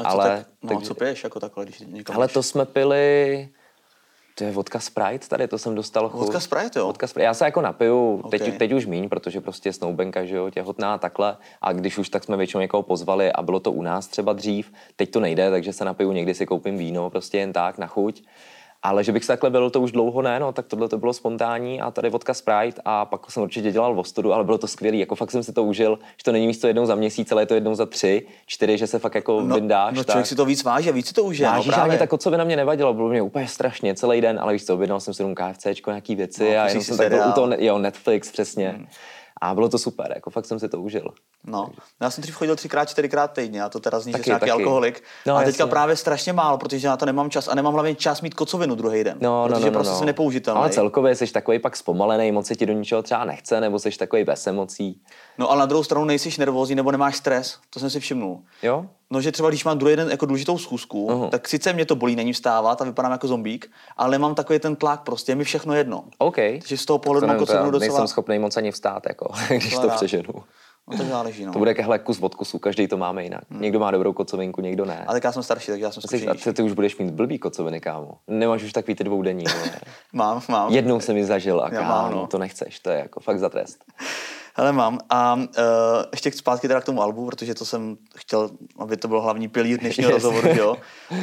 [SPEAKER 1] Co piješ jako takhle, když někam
[SPEAKER 2] ale to jsme pili... To je vodka Sprite tady, to jsem dostal chuť.
[SPEAKER 1] Vodka Sprite, jo?
[SPEAKER 2] Vodka Sprite. Já se jako napiju, teď už míň, protože prostě snoubenka, že jo, těhotná takhle. A když už, tak jsme většinou někoho pozvali a bylo to u nás třeba dřív. Teď to nejde, takže se napiju, někdy si koupím víno, prostě jen tak, na chuť. Ale že bych se takhle byl, to už dlouho ne, no, tak tohle to bylo spontánní a tady vodka Sprite a pak jsem určitě dělal vostudu, ale bylo to skvělý, jako fakt jsem si to užil, že to není místo jednou za měsíc, ale je to jednou za 3, 4, že se fakt jako vyndáš.
[SPEAKER 1] No člověk si to víc váží a víc si to užije.
[SPEAKER 2] Vážíš, ani ta kocovina mě nevadilo, bylo mě úplně strašně celý den, ale víš co, objednal jsem si KFCčko, nějaký věci a jenom jsem tak u toho, Netflix přesně. A bylo to super, jako fakt jsem si to užil.
[SPEAKER 1] No, já jsem dřív chodil 3x, 4x týdně a to teda zní, že jsem nějaký alkoholik. No, a teďka právě strašně málo, protože na to nemám čas a nemám hlavně čas mít kocovinu druhý den. Protože prostě jsem nepoužitelný.
[SPEAKER 2] Ale celkově jsi takový pak zpomalený, moc se ti do ničeho třeba nechce, nebo jsi takový bez emocí.
[SPEAKER 1] No ale na druhou stranu nejsi nervózní nebo nemáš stres, to jsem si všimnul.
[SPEAKER 2] Jo?
[SPEAKER 1] No, že třeba když mám druhý den jako důležitou schůzku, tak sice mě to bolí, není vstávat a vypadám jako zombík, ale mám takový ten tlak, prostě je mi všechno jedno.
[SPEAKER 2] OK.
[SPEAKER 1] Takže z toho pohledu mám kocovinu docela...
[SPEAKER 2] Nejsem schopný moc ani vstát, jako, když to přeženu.
[SPEAKER 1] No to záleží, no.
[SPEAKER 2] To bude kehle kus od kusu, každý to máme jinak. Někdo má dobrou kocovinku, někdo ne.
[SPEAKER 1] Ale tak já jsem starší, tak já jsem zkušenější.
[SPEAKER 2] A ty už budeš mít blbý kocoviny, kámo. Nemáš už takový ty dvoudenní,
[SPEAKER 1] Mám.
[SPEAKER 2] Jednou jsem mi zažil a kámo,
[SPEAKER 1] mám, no.
[SPEAKER 2] To nechceš, to je jako fakt za trest.
[SPEAKER 1] Hele, mám. A ještě zpátky teda k tomu albu, protože to jsem chtěl, aby to byl hlavní pilíř dnešního rozhovoru, jo.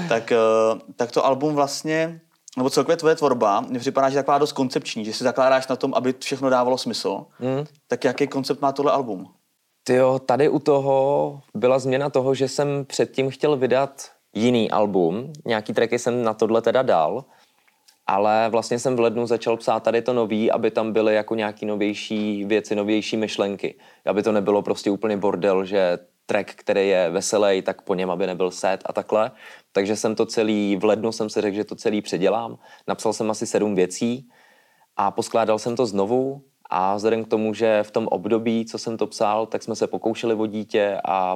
[SPEAKER 1] Tak to album vlastně, nebo celkově tvoje tvorba, mně připadá, že taková dost koncepční, že si zakládáš na tom, aby všechno dávalo smysl. Tak jaký koncept má tohle album?
[SPEAKER 2] Tyjo, tady u toho byla změna toho, že jsem předtím chtěl vydat jiný album. Nějaký tracky jsem na tohle teda dal, ale vlastně jsem v lednu začal psát tady to nový, aby tam byly jako nějaký novější věci, novější myšlenky. Aby to nebylo prostě úplně bordel, že track, který je veselý, tak po něm, aby nebyl set a takhle. Takže jsem to celý, v lednu jsem si řekl, že to celý předělám. Napsal jsem asi 7 věcí a poskládal jsem to znovu. A vzhledem k tomu, že v tom období, co jsem to psal, tak jsme se pokoušeli o dítě a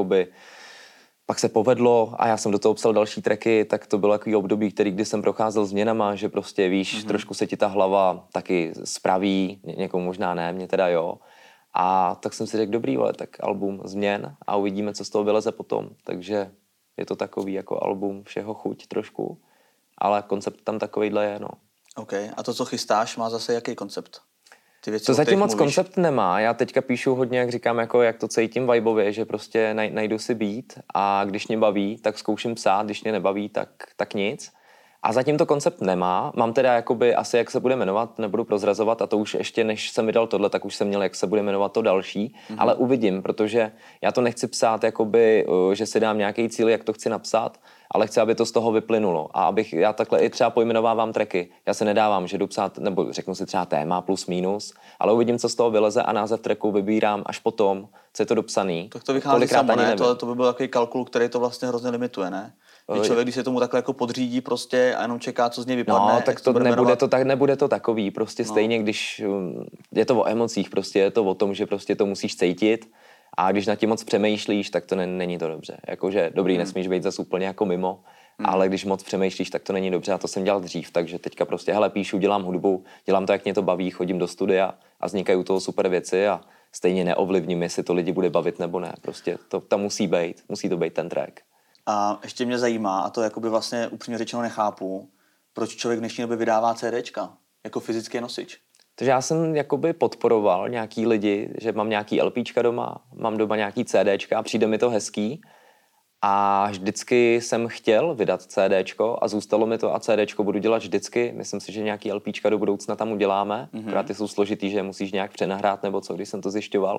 [SPEAKER 2] pak se povedlo a já jsem do toho psal další tracky, tak to bylo takový období, kdy jsem procházel změnama, že prostě víš, trošku se ti ta hlava taky spraví, někomu možná ne, mě teda jo. A tak jsem si řekl, dobrý, ale tak album změn a uvidíme, co z toho vyleze potom. Takže je to takový jako album všeho chuť trošku, ale koncept tam takovejhle je, no.
[SPEAKER 1] OK. A to, co chystáš, má zase jaký koncept?
[SPEAKER 2] To zatím moc koncept nemá. Já teďka píšu hodně, jak říkám, jako jak to cítím vibeově, že prostě najdu si beat a když mě baví, tak zkouším psát, když mě nebaví, tak nic. A zatím to koncept nemá. Mám teda jakoby asi, jak se bude jmenovat, nebudu prozrazovat a to už ještě než jsem vydal tohle, tak už jsem měl, jak se bude jmenovat to další. Ale uvidím, protože já to nechci psát jakoby, že si dám nějaký cíl, jak to chci napsat, ale chci, aby to z toho vyplynulo. A abych já takhle i třeba pojmenovávám tracky. Já se nedávám, že jdu psát, nebo řeknu si třeba téma plus minus, ale uvidím, co z toho vyleze a název tracku vybírám až potom, co je to dopsaný.
[SPEAKER 1] Tak to vychází samo, ne? To by byl takový kalkul, který to vlastně hrozně limituje, ne? Člověk, když se tomu takhle jako podřídí prostě a jenom čeká, co z něj vypadne.
[SPEAKER 2] No, tak to nebude to takový, prostě stejně, když je to o emocích, prostě je to o tom, že prostě to musíš cítit a když nad tím moc přemýšlíš, tak to není to dobře. Jakože dobrý, nesmíš být zase úplně jako mimo, ale když moc přemýšlíš, tak to není dobře a to jsem dělal dřív, takže teďka prostě hele, píšu, dělám hudbu, dělám to, jak mě to baví, chodím do studia a vznikají u toho super věci a stejně neovlivním, jestli to lidi bude bavit nebo ne, prostě to tam musí to být ten track.
[SPEAKER 1] A ještě mě zajímá, a to jakoby vlastně upřímně řečeno nechápu, proč člověk v dnešní době vydává CDčka jako fyzický nosič.
[SPEAKER 2] Takže já jsem jakoby podporoval nějaký lidi, že mám nějaký LPčka doma, mám doma nějaký CDčka a přijde mi to hezký. A vždycky jsem chtěl vydat CDčko a zůstalo mi to a CDčko budu dělat vždycky. Myslím si, že nějaký LPčka do budoucna tam uděláme. Akorát ty jsou složitý, že musíš nějak přenahrát nebo co, když jsem to zjišťoval.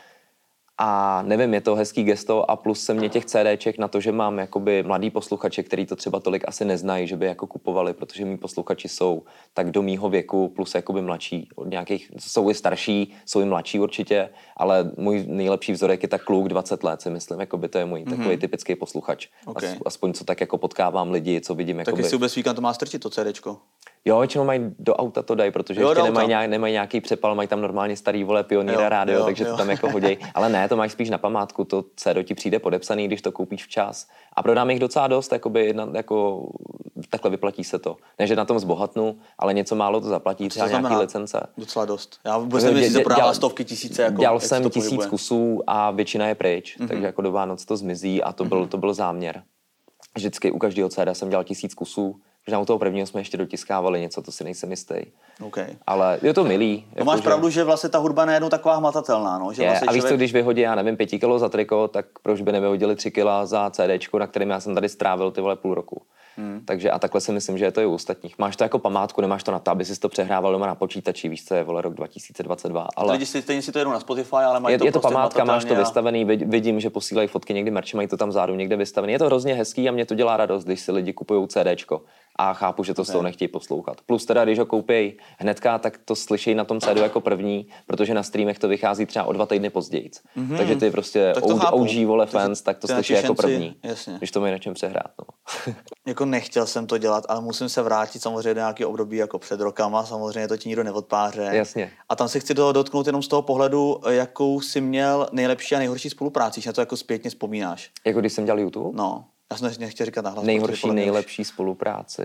[SPEAKER 2] A nevím, je to hezký gesto a plus se mě těch CDček na to, že mám jakoby mladý posluchače, který to třeba tolik asi neznají, že by jako kupovali, protože mý posluchači jsou tak do mýho věku plus jakoby mladší, od nějakých, jsou i starší, jsou i mladší určitě, ale můj nejlepší vzorek je tak kluk 20 let, si myslím, jakoby to je můj takový typický posluchač.
[SPEAKER 1] Okay.
[SPEAKER 2] Aspoň co tak jako potkávám lidi, co vidím.
[SPEAKER 1] Tak jestli vůbec víkend to má strčit to CDčko?
[SPEAKER 2] Jo, většinou mají do auta to dají, protože ještě nemají nějaký přepal, mají tam normálně starý Pioneera rádio, takže to tam jako hodí. Ale ne, to máš spíš na památku, to CD ti přijde podepsaný, když to koupíš včas. A prodám jich docela dost, jako takhle vyplatí se to. Ne, že na tom zbohatnu, ale něco málo to zaplatí, třeba nějaký licence.
[SPEAKER 1] Docela dost. Já vůbec nevím, jestli to prodává stovky tisíce. Jako,
[SPEAKER 2] dělal jsem 1000 kusů a většina je pryč, takže jako do Vánoc to zmizí a to byl záměr. Vždycky u každého CD jsem dělal 1000 kusů. Možná u toho prvního jsme ještě dotiskávali něco, to si nejsem jistý.
[SPEAKER 1] Okay.
[SPEAKER 2] Ale je to milý.
[SPEAKER 1] No máš pravdu, že vlastně ta hudba najednou taková hmatatelná. No? Že
[SPEAKER 2] je,
[SPEAKER 1] vlastně
[SPEAKER 2] a víš co, když vyhodí, já nevím, 5 kilo za triko, tak proč by nevyhodili 3 kila za CDčko, na kterém já jsem tady strávil půl roku. Takže a takhle si myslím, že je to i u ostatních. Máš to jako památku, nemáš to na to, aby si to přehrával doma na počítači, víš co je, rok 2022. Ale
[SPEAKER 1] lidi stejně si to jedou na Spotify, ale mají to
[SPEAKER 2] je to
[SPEAKER 1] prostě
[SPEAKER 2] památka, máš to vystavený, vidím, že posílají fotky někdy merch, mají to tam zádu někde vystavený. Je to hrozně hezký a mě to dělá radost, když si lidi kupují CDčko. A chápu, že to z toho nechtějí poslouchat. Plus teda, když ho koupějí hnedka, tak to slyšejí na tom CD jako první, protože na streamech to vychází třeba o 2 týdny později. Takže ty prostě OG vole fans, tak to slyší jako první.
[SPEAKER 1] Jasně.
[SPEAKER 2] Když to mají na čem přehrát. No.
[SPEAKER 1] Jako nechtěl jsem to dělat, ale musím se vrátit samozřejmě do nějakého období jako před rokama, samozřejmě to ti nikdo neodpáře.
[SPEAKER 2] Jasně.
[SPEAKER 1] A tam se chci dotknout jenom z toho pohledu, jakou jsi měl nejlepší a nejhorší spolupráci, že na to jako zpětně vzpomínáš.
[SPEAKER 2] Jako když jsem dělal YouTube?
[SPEAKER 1] No. Já jsem nechtěl říkat nahlas.
[SPEAKER 2] Nejlepší spolupráci.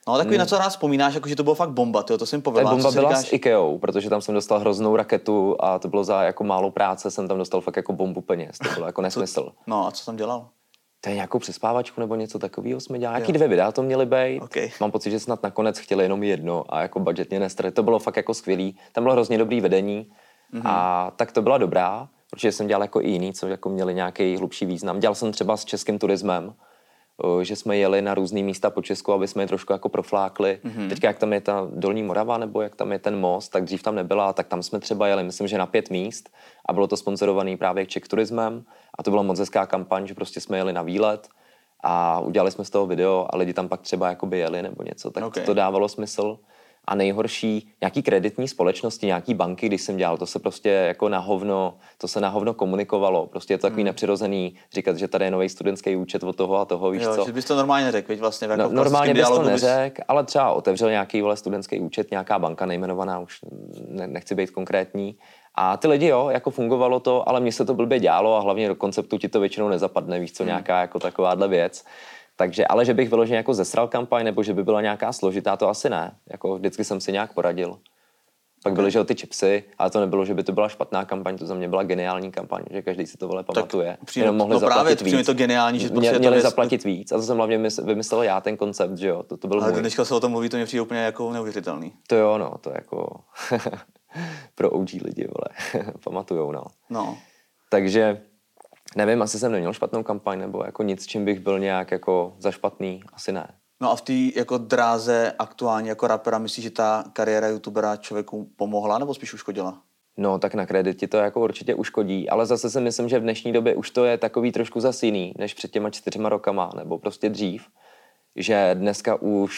[SPEAKER 1] No, takový na co rád vzpomínáš, jako že to bylo fakt bomba, to jsem povedla.
[SPEAKER 2] Tak bomba byla s Ikeou, protože tam jsem dostal hroznou raketu a to bylo za jako málo práce, jsem tam dostal fakt jako bombu peněz, to bylo jako nesmysl.
[SPEAKER 1] No a co tam dělal?
[SPEAKER 2] To je nějakou přespávačku nebo něco takového jsme dělali. Nějaký 2 videa to měly být.
[SPEAKER 1] Okay.
[SPEAKER 2] Mám pocit, že snad nakonec chtěli jenom jedno a jako budgetně nestrali. To bylo fakt jako skvělý. Tam bylo hrozně dobrý vedení a tak to byla dobrá, protože jsem dělal jako i jiný, co jako měli nějaký hlubší význam. Dělal jsem třeba s českým turismem, že jsme jeli na různý místa po Česku, aby jsme je trošku jako proflákli. Teďka jak tam je ta Dolní Morava nebo jak tam je ten most, tak dřív tam nebyla, tak tam jsme třeba jeli, myslím, že na 5 míst a bylo to sponzorovaný právě Czech turismem a to byla moc hezká kampaň, že prostě jsme jeli na výlet a udělali jsme z toho video a lidi tam pak třeba jakoby jeli nebo něco, tak to dávalo smysl. A nejhorší, nějaký kreditní společnosti, nějaký banky, když jsem dělal, to se prostě jako na hovno komunikovalo. Prostě je to takový nepřirozený říkat, že tady je nový studentský účet od toho a toho, víš co.
[SPEAKER 1] Že bys to normálně neřekl, víš vlastně.
[SPEAKER 2] Jako normálně bys to neřekl, ale třeba otevřel nějaký studentský účet, nějaká banka nejmenovaná, už nechci být konkrétní. A ty lidi, jako fungovalo to, ale mně se to blbě dělalo a hlavně do konceptu ti to většinou nezapadne, víš co, nějaká jako takováhle věc. Takže, ale že bych vyloženě jako zesral kampaň, nebo že by byla nějaká složitá, to asi ne. Jako vždycky jsem si nějak poradil. Pak byly, že ty chipsy, ale to nebylo, že by to byla špatná kampaň, to za mě byla geniální kampaň, že každý si to pamatuje.
[SPEAKER 1] Jenom mohli zaplatit víc. Je to geniální, že prostě
[SPEAKER 2] měli zaplatit víc a to jsem hlavně vymyslel já ten koncept, že jo, to byl
[SPEAKER 1] ale
[SPEAKER 2] můj.
[SPEAKER 1] Ale dneška se o tom mluví, to mě přijde úplně jako neuvěřitelný.
[SPEAKER 2] To jo, no, to jako pro OG lidi, vole, pamatujou, no.
[SPEAKER 1] No.
[SPEAKER 2] Takže nevím, asi jsem neměl špatnou kampaň, nebo jako nic, čím bych byl nějak jako za špatný, asi ne.
[SPEAKER 1] No a v té jako dráze aktuálně jako rapera, myslíš, že ta kariéra youtubera člověku pomohla, nebo spíš uškodila?
[SPEAKER 2] No, tak na kredit ti to jako určitě uškodí, ale zase si myslím, že v dnešní době už to je takový trošku zas jiný, než před těma 4 rokama, nebo prostě dřív, že dneska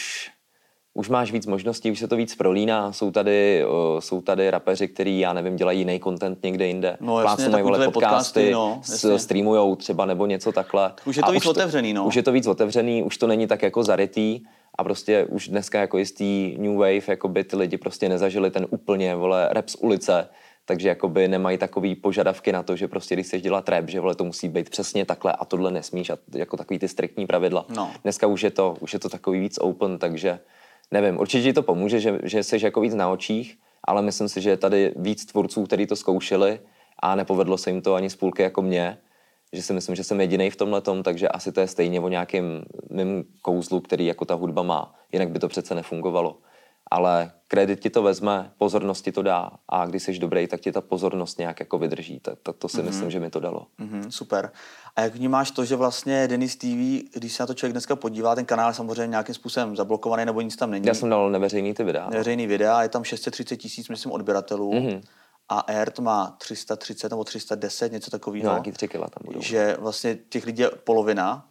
[SPEAKER 2] už máš víc možností, už se to víc prolíná, jsou tady rapeři, kteří, já nevím, dělají jiný content někde jinde.
[SPEAKER 1] No jasně,
[SPEAKER 2] mají podcasty,
[SPEAKER 1] no,
[SPEAKER 2] streamujou třeba nebo něco takhle.
[SPEAKER 1] Už je to víc otevřený, no.
[SPEAKER 2] Už je to víc otevřený, už to není tak jako zarytý a prostě už dneska jako jistý new wave, jakoby ty lidi prostě nezažili ten úplně, rap z ulice, takže jakoby nemají takový požadavky na to, že prostě když chceš dělat rap, že to musí být přesně takhle a tohle nesmíš a jako takový ty striktní pravidla.
[SPEAKER 1] No.
[SPEAKER 2] Dneska už je to takový víc open, takže nevím, určitě ti to pomůže, že jsi jako víc na očích, ale myslím si, že je tady víc tvůrců, kteří to zkoušeli a nepovedlo se jim to ani z půlky jako mě, že si myslím, že jsem jedinej v tomhletom, takže asi to je stejně o nějakým mým kouzlu, který jako ta hudba má, jinak by to přece nefungovalo. Ale kredit ti to vezme, pozornost ti to dá a když jsi dobrý, tak ti ta pozornost nějak jako vydrží. To si myslím, že mi to dalo.
[SPEAKER 1] Super. A jak vnímáš to, že vlastně Denis TV, když se na to člověk dneska podívá, ten kanál je samozřejmě nějakým způsobem zablokovaný nebo nic tam není.
[SPEAKER 2] Já jsem dal neveřejný ty videa.
[SPEAKER 1] Neveřejný videa, je tam 630 000, myslím, odběratelů. A Ert má 330 nebo 310, něco takového.
[SPEAKER 2] No, nějaký 3 kila tam budou.
[SPEAKER 1] Že vlastně těch lidí je polovina.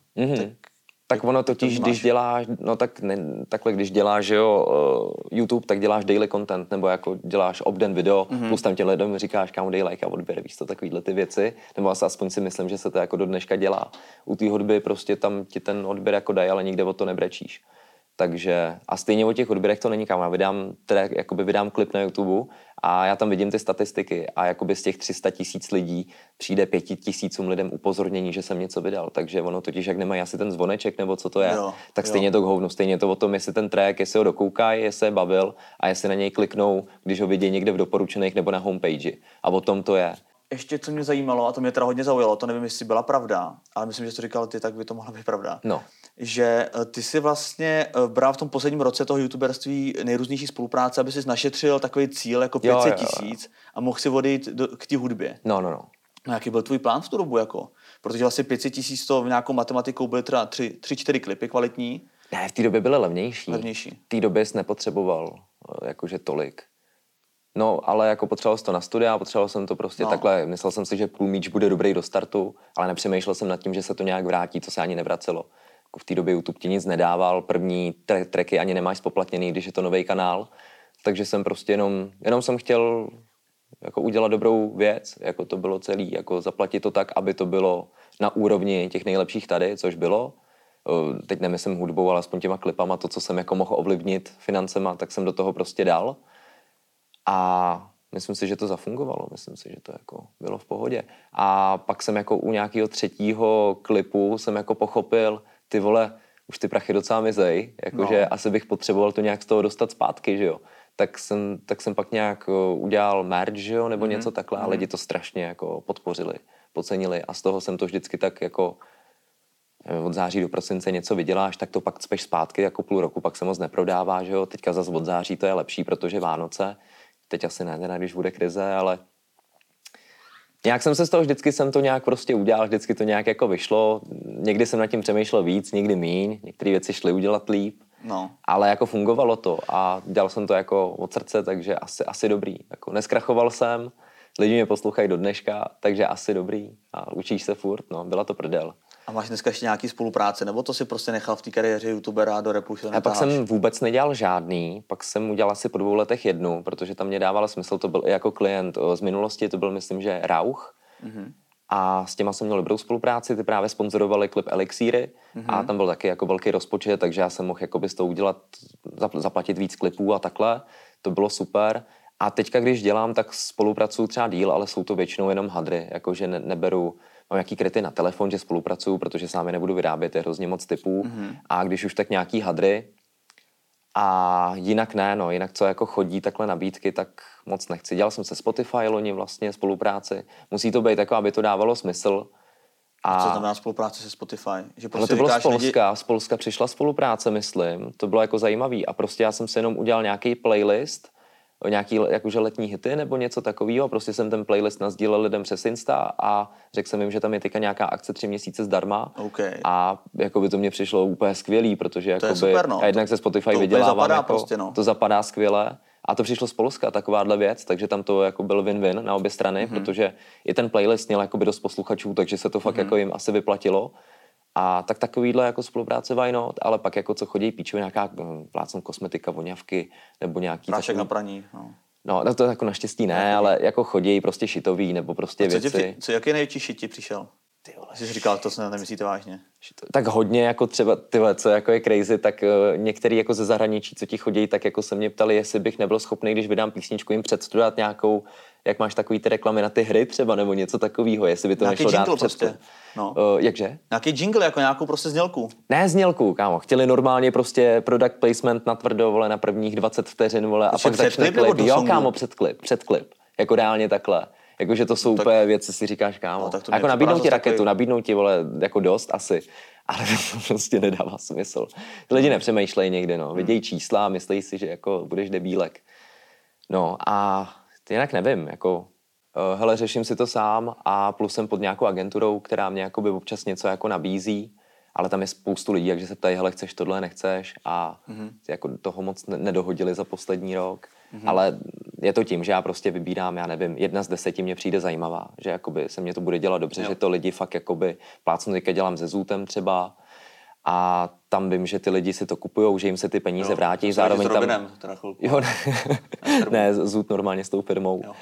[SPEAKER 2] Tak ono totiž, když děláš, takhle, když děláš, YouTube, tak děláš daily content, nebo jako děláš obden video, plus tam těm lidem říkáš, kámo, dej like a odběr, víš to, takovýhle ty věci, nebo aspoň si myslím, že se to jako do dneška dělá. U té hudby prostě tam ti ten odběr jako dají, ale nikde o to nebrečíš. Takže a stejně o těch odběrech to není, kámo, já vydám klip na YouTube a já tam vidím ty statistiky a jakoby z těch 300 000 lidí přijde 5 000 lidem upozornění, že jsem něco vydal, takže ono totiž, jak nemají asi ten zvoneček nebo co to je, tak stejně to k hovnu, stejně to o tom, jestli ten track, jestli ho dokoukají, jestli je bavil a jestli na něj kliknou, když ho vidí někde v doporučených nebo na homepage. A o tom to je.
[SPEAKER 1] Ještě co mě zajímalo, a to mě teda hodně zaujalo, to nevím, jestli byla pravda, ale myslím, že jsi to říkal ty, tak by to mohla být pravda.
[SPEAKER 2] No.
[SPEAKER 1] Že ty si vlastně bral v tom posledním roce toho youtuberství nejrůznější spolupráce, aby si našetřil takový cíl jako 500 000 a mohl si odejít k té hudbě.
[SPEAKER 2] No.
[SPEAKER 1] No jaký byl tvůj plán v tu dobu jako? Protože vlastně 500 000 to v nějakou matematikou byly třeba 3-4 klipy kvalitní.
[SPEAKER 2] Ne, v té době byly levnější.
[SPEAKER 1] V
[SPEAKER 2] té době jsi nepotřeboval jakože tolik. No, ale jako potřeboval jsem to na studia, potřeboval jsem to prostě takhle. Myslel jsem si, že Cool Meech bude dobrý do startu, ale nepřemýšlel jsem nad tím, že se to nějak vrátí, to se ani nevracelo. Jako v té době YouTube ti nic nedával, první tracky ani nemáš spoplatněný, když je to nový kanál. Takže jsem prostě jenom jsem chtěl jako udělat dobrou věc, jako to bylo celý, jako zaplatit to tak, aby to bylo na úrovni těch nejlepších tady, což bylo. Teď nemyslím hudbou, ale aspoň těma klipama, to, co jsem jako mohl ovlivnit financema, tak jsem do toho prostě dal. A myslím si, že to zafungovalo, myslím si, že to jako bylo v pohodě. A pak jsem jako u nějakého 3. klipu jsem jako pochopil, ty vole, už ty prachy docela mizej, jakože asi bych potřeboval to nějak z toho dostat zpátky, že jo. Tak jsem pak nějak udělal merch, že jo, nebo něco takhle, a lidi to strašně jako podpořili, pocenili a z toho jsem to vždycky tak jako od září do prosince něco vyděláš, tak to pak cpeš zpátky jako půl roku, pak se moc neprodává, že jo. Teďka zase od září to je lepší, protože Vánoce, teď asi ne, když bude krize, ale nějak jsem se z toho vždycky jsem to nějak prostě udělal, vždycky to nějak jako vyšlo. Někdy jsem nad tím přemýšlel víc, někdy míň, některé věci šly udělat líp, ale jako fungovalo to a dělal jsem to jako od srdce, takže asi dobrý. Jako neskrachoval jsem, lidi mě poslouchají do dneška, takže asi dobrý a učíš se furt, no, byla to prdel.
[SPEAKER 1] A máš dneska ještě nějaký spolupráce, nebo to si prostě nechal v té kariéře youtubera do rapu?
[SPEAKER 2] A pak jsem vůbec nedělal žádný, pak jsem udělal asi po 2 letech jednu, protože tam mě dávalo smysl, to byl i jako klient z minulosti, to byl myslím, že Rauch. A s těma jsem měl dobrou spolupráci, ty právě sponzorovali klip Elixíry a tam byl taky jako velký rozpočet, takže já jsem mohl jakoby z toho udělat, zaplatit víc klipů a takhle, to bylo super. A teďka, když dělám, tak spolupracuju třeba díl, ale jsou to většinou jenom hadry, jakože neberu, mám nějaký kryty na telefon, že spolupracuju, protože sám je nebudu vyrábět, je hrozně moc typů. A když už tak nějaký hadry a jinak ne, no, jinak co jako chodí takhle nabídky, tak moc nechci. Dělal jsem se Spotify loni vlastně spolupráci. Musí to být jako, aby to dávalo smysl.
[SPEAKER 1] A co znamená spolupráce se Spotify? Že prostě
[SPEAKER 2] ale to bylo z Polska, z Polska přišla spolupráce, myslím. To bylo jako zajímavý a prostě já jsem si jenom udělal nějaký playlist, nějaký jakože letní hity nebo něco takového. Prostě jsem ten playlist nasdílel lidem přes Insta a řekl jsem jim, že tam je teďka nějaká akce 3 měsíce zdarma. A jako by to mě přišlo úplně skvělý, protože jakoby,
[SPEAKER 1] super, no.
[SPEAKER 2] a jednak se Spotify vydělávám, jako,
[SPEAKER 1] prostě, no.
[SPEAKER 2] to zapadá skvěle. A to přišlo z Polska, takováhle věc, takže tam to jako byl win-win na obě strany, protože i ten playlist měl jakoby dost posluchačů, takže se to fakt jako jim asi vyplatilo. A tak takovýhle jako spolupráce why not, ale pak jako co chodí píču, nějaká plácem kosmetika, voňavky nebo nějaký
[SPEAKER 1] prášek na praní,
[SPEAKER 2] no to jako naštěstí ne, ale jako chodí prostě šitový nebo prostě věci.
[SPEAKER 1] Jaký největší shit ti přišel? Ty vole, jsi říkal, to se nemyslíte vážně.
[SPEAKER 2] Tak hodně, jako třeba, tyhle, co jako je crazy, tak některý jako ze zahraničí, co ti chodí, tak jako se mě ptali, jestli bych nebyl schopný, když vydám písničku, jim předstudovat nějakou, jak máš takový ty reklamy na ty hry třeba, nebo něco takového, jestli by to
[SPEAKER 1] nějaký
[SPEAKER 2] nešlo
[SPEAKER 1] jingle
[SPEAKER 2] dát prostě.
[SPEAKER 1] No.
[SPEAKER 2] Jakže?
[SPEAKER 1] Nějaký jingle, jako nějakou prostě znělku.
[SPEAKER 2] Ne znělku, kámo. Chtěli normálně prostě product placement na tvrdo, vole, na prvních 20 vteřin, vole, a pak začne klip. Jo, kámo, před klip. Jako reálně takhle. Jakože to jsou úplně věci, si říkáš, kámo. No, jako nabídnou ti raketu, nabídnou ti, vole, jako dost asi. Ale to prostě nedává smysl. Lidi nepřemýšlejí někdy, no. Vidějí čísla a myslí si, že jako budeš debílek. No a jinak nevím, jako hele, řeším si to sám a plus jsem pod nějakou agenturou, která mě jakoby občas něco jako nabízí, ale tam je spoustu lidí, takže se ptají, hele, chceš tohle, nechceš a jako toho moc nedohodili za poslední rok. Ale je to tím, že já prostě vybírám, já nevím, 1 z 10 mě přijde zajímavá, že jakoby se mě to bude dělat dobře, že to lidi fakt jakoby plácnu, teďka dělám se Zootem třeba a tam vím, že ty lidi si to kupujou, že jim se ty peníze vrátí, zároveň tam... Jo, ne, Zoot normálně s tou firmou. Jo.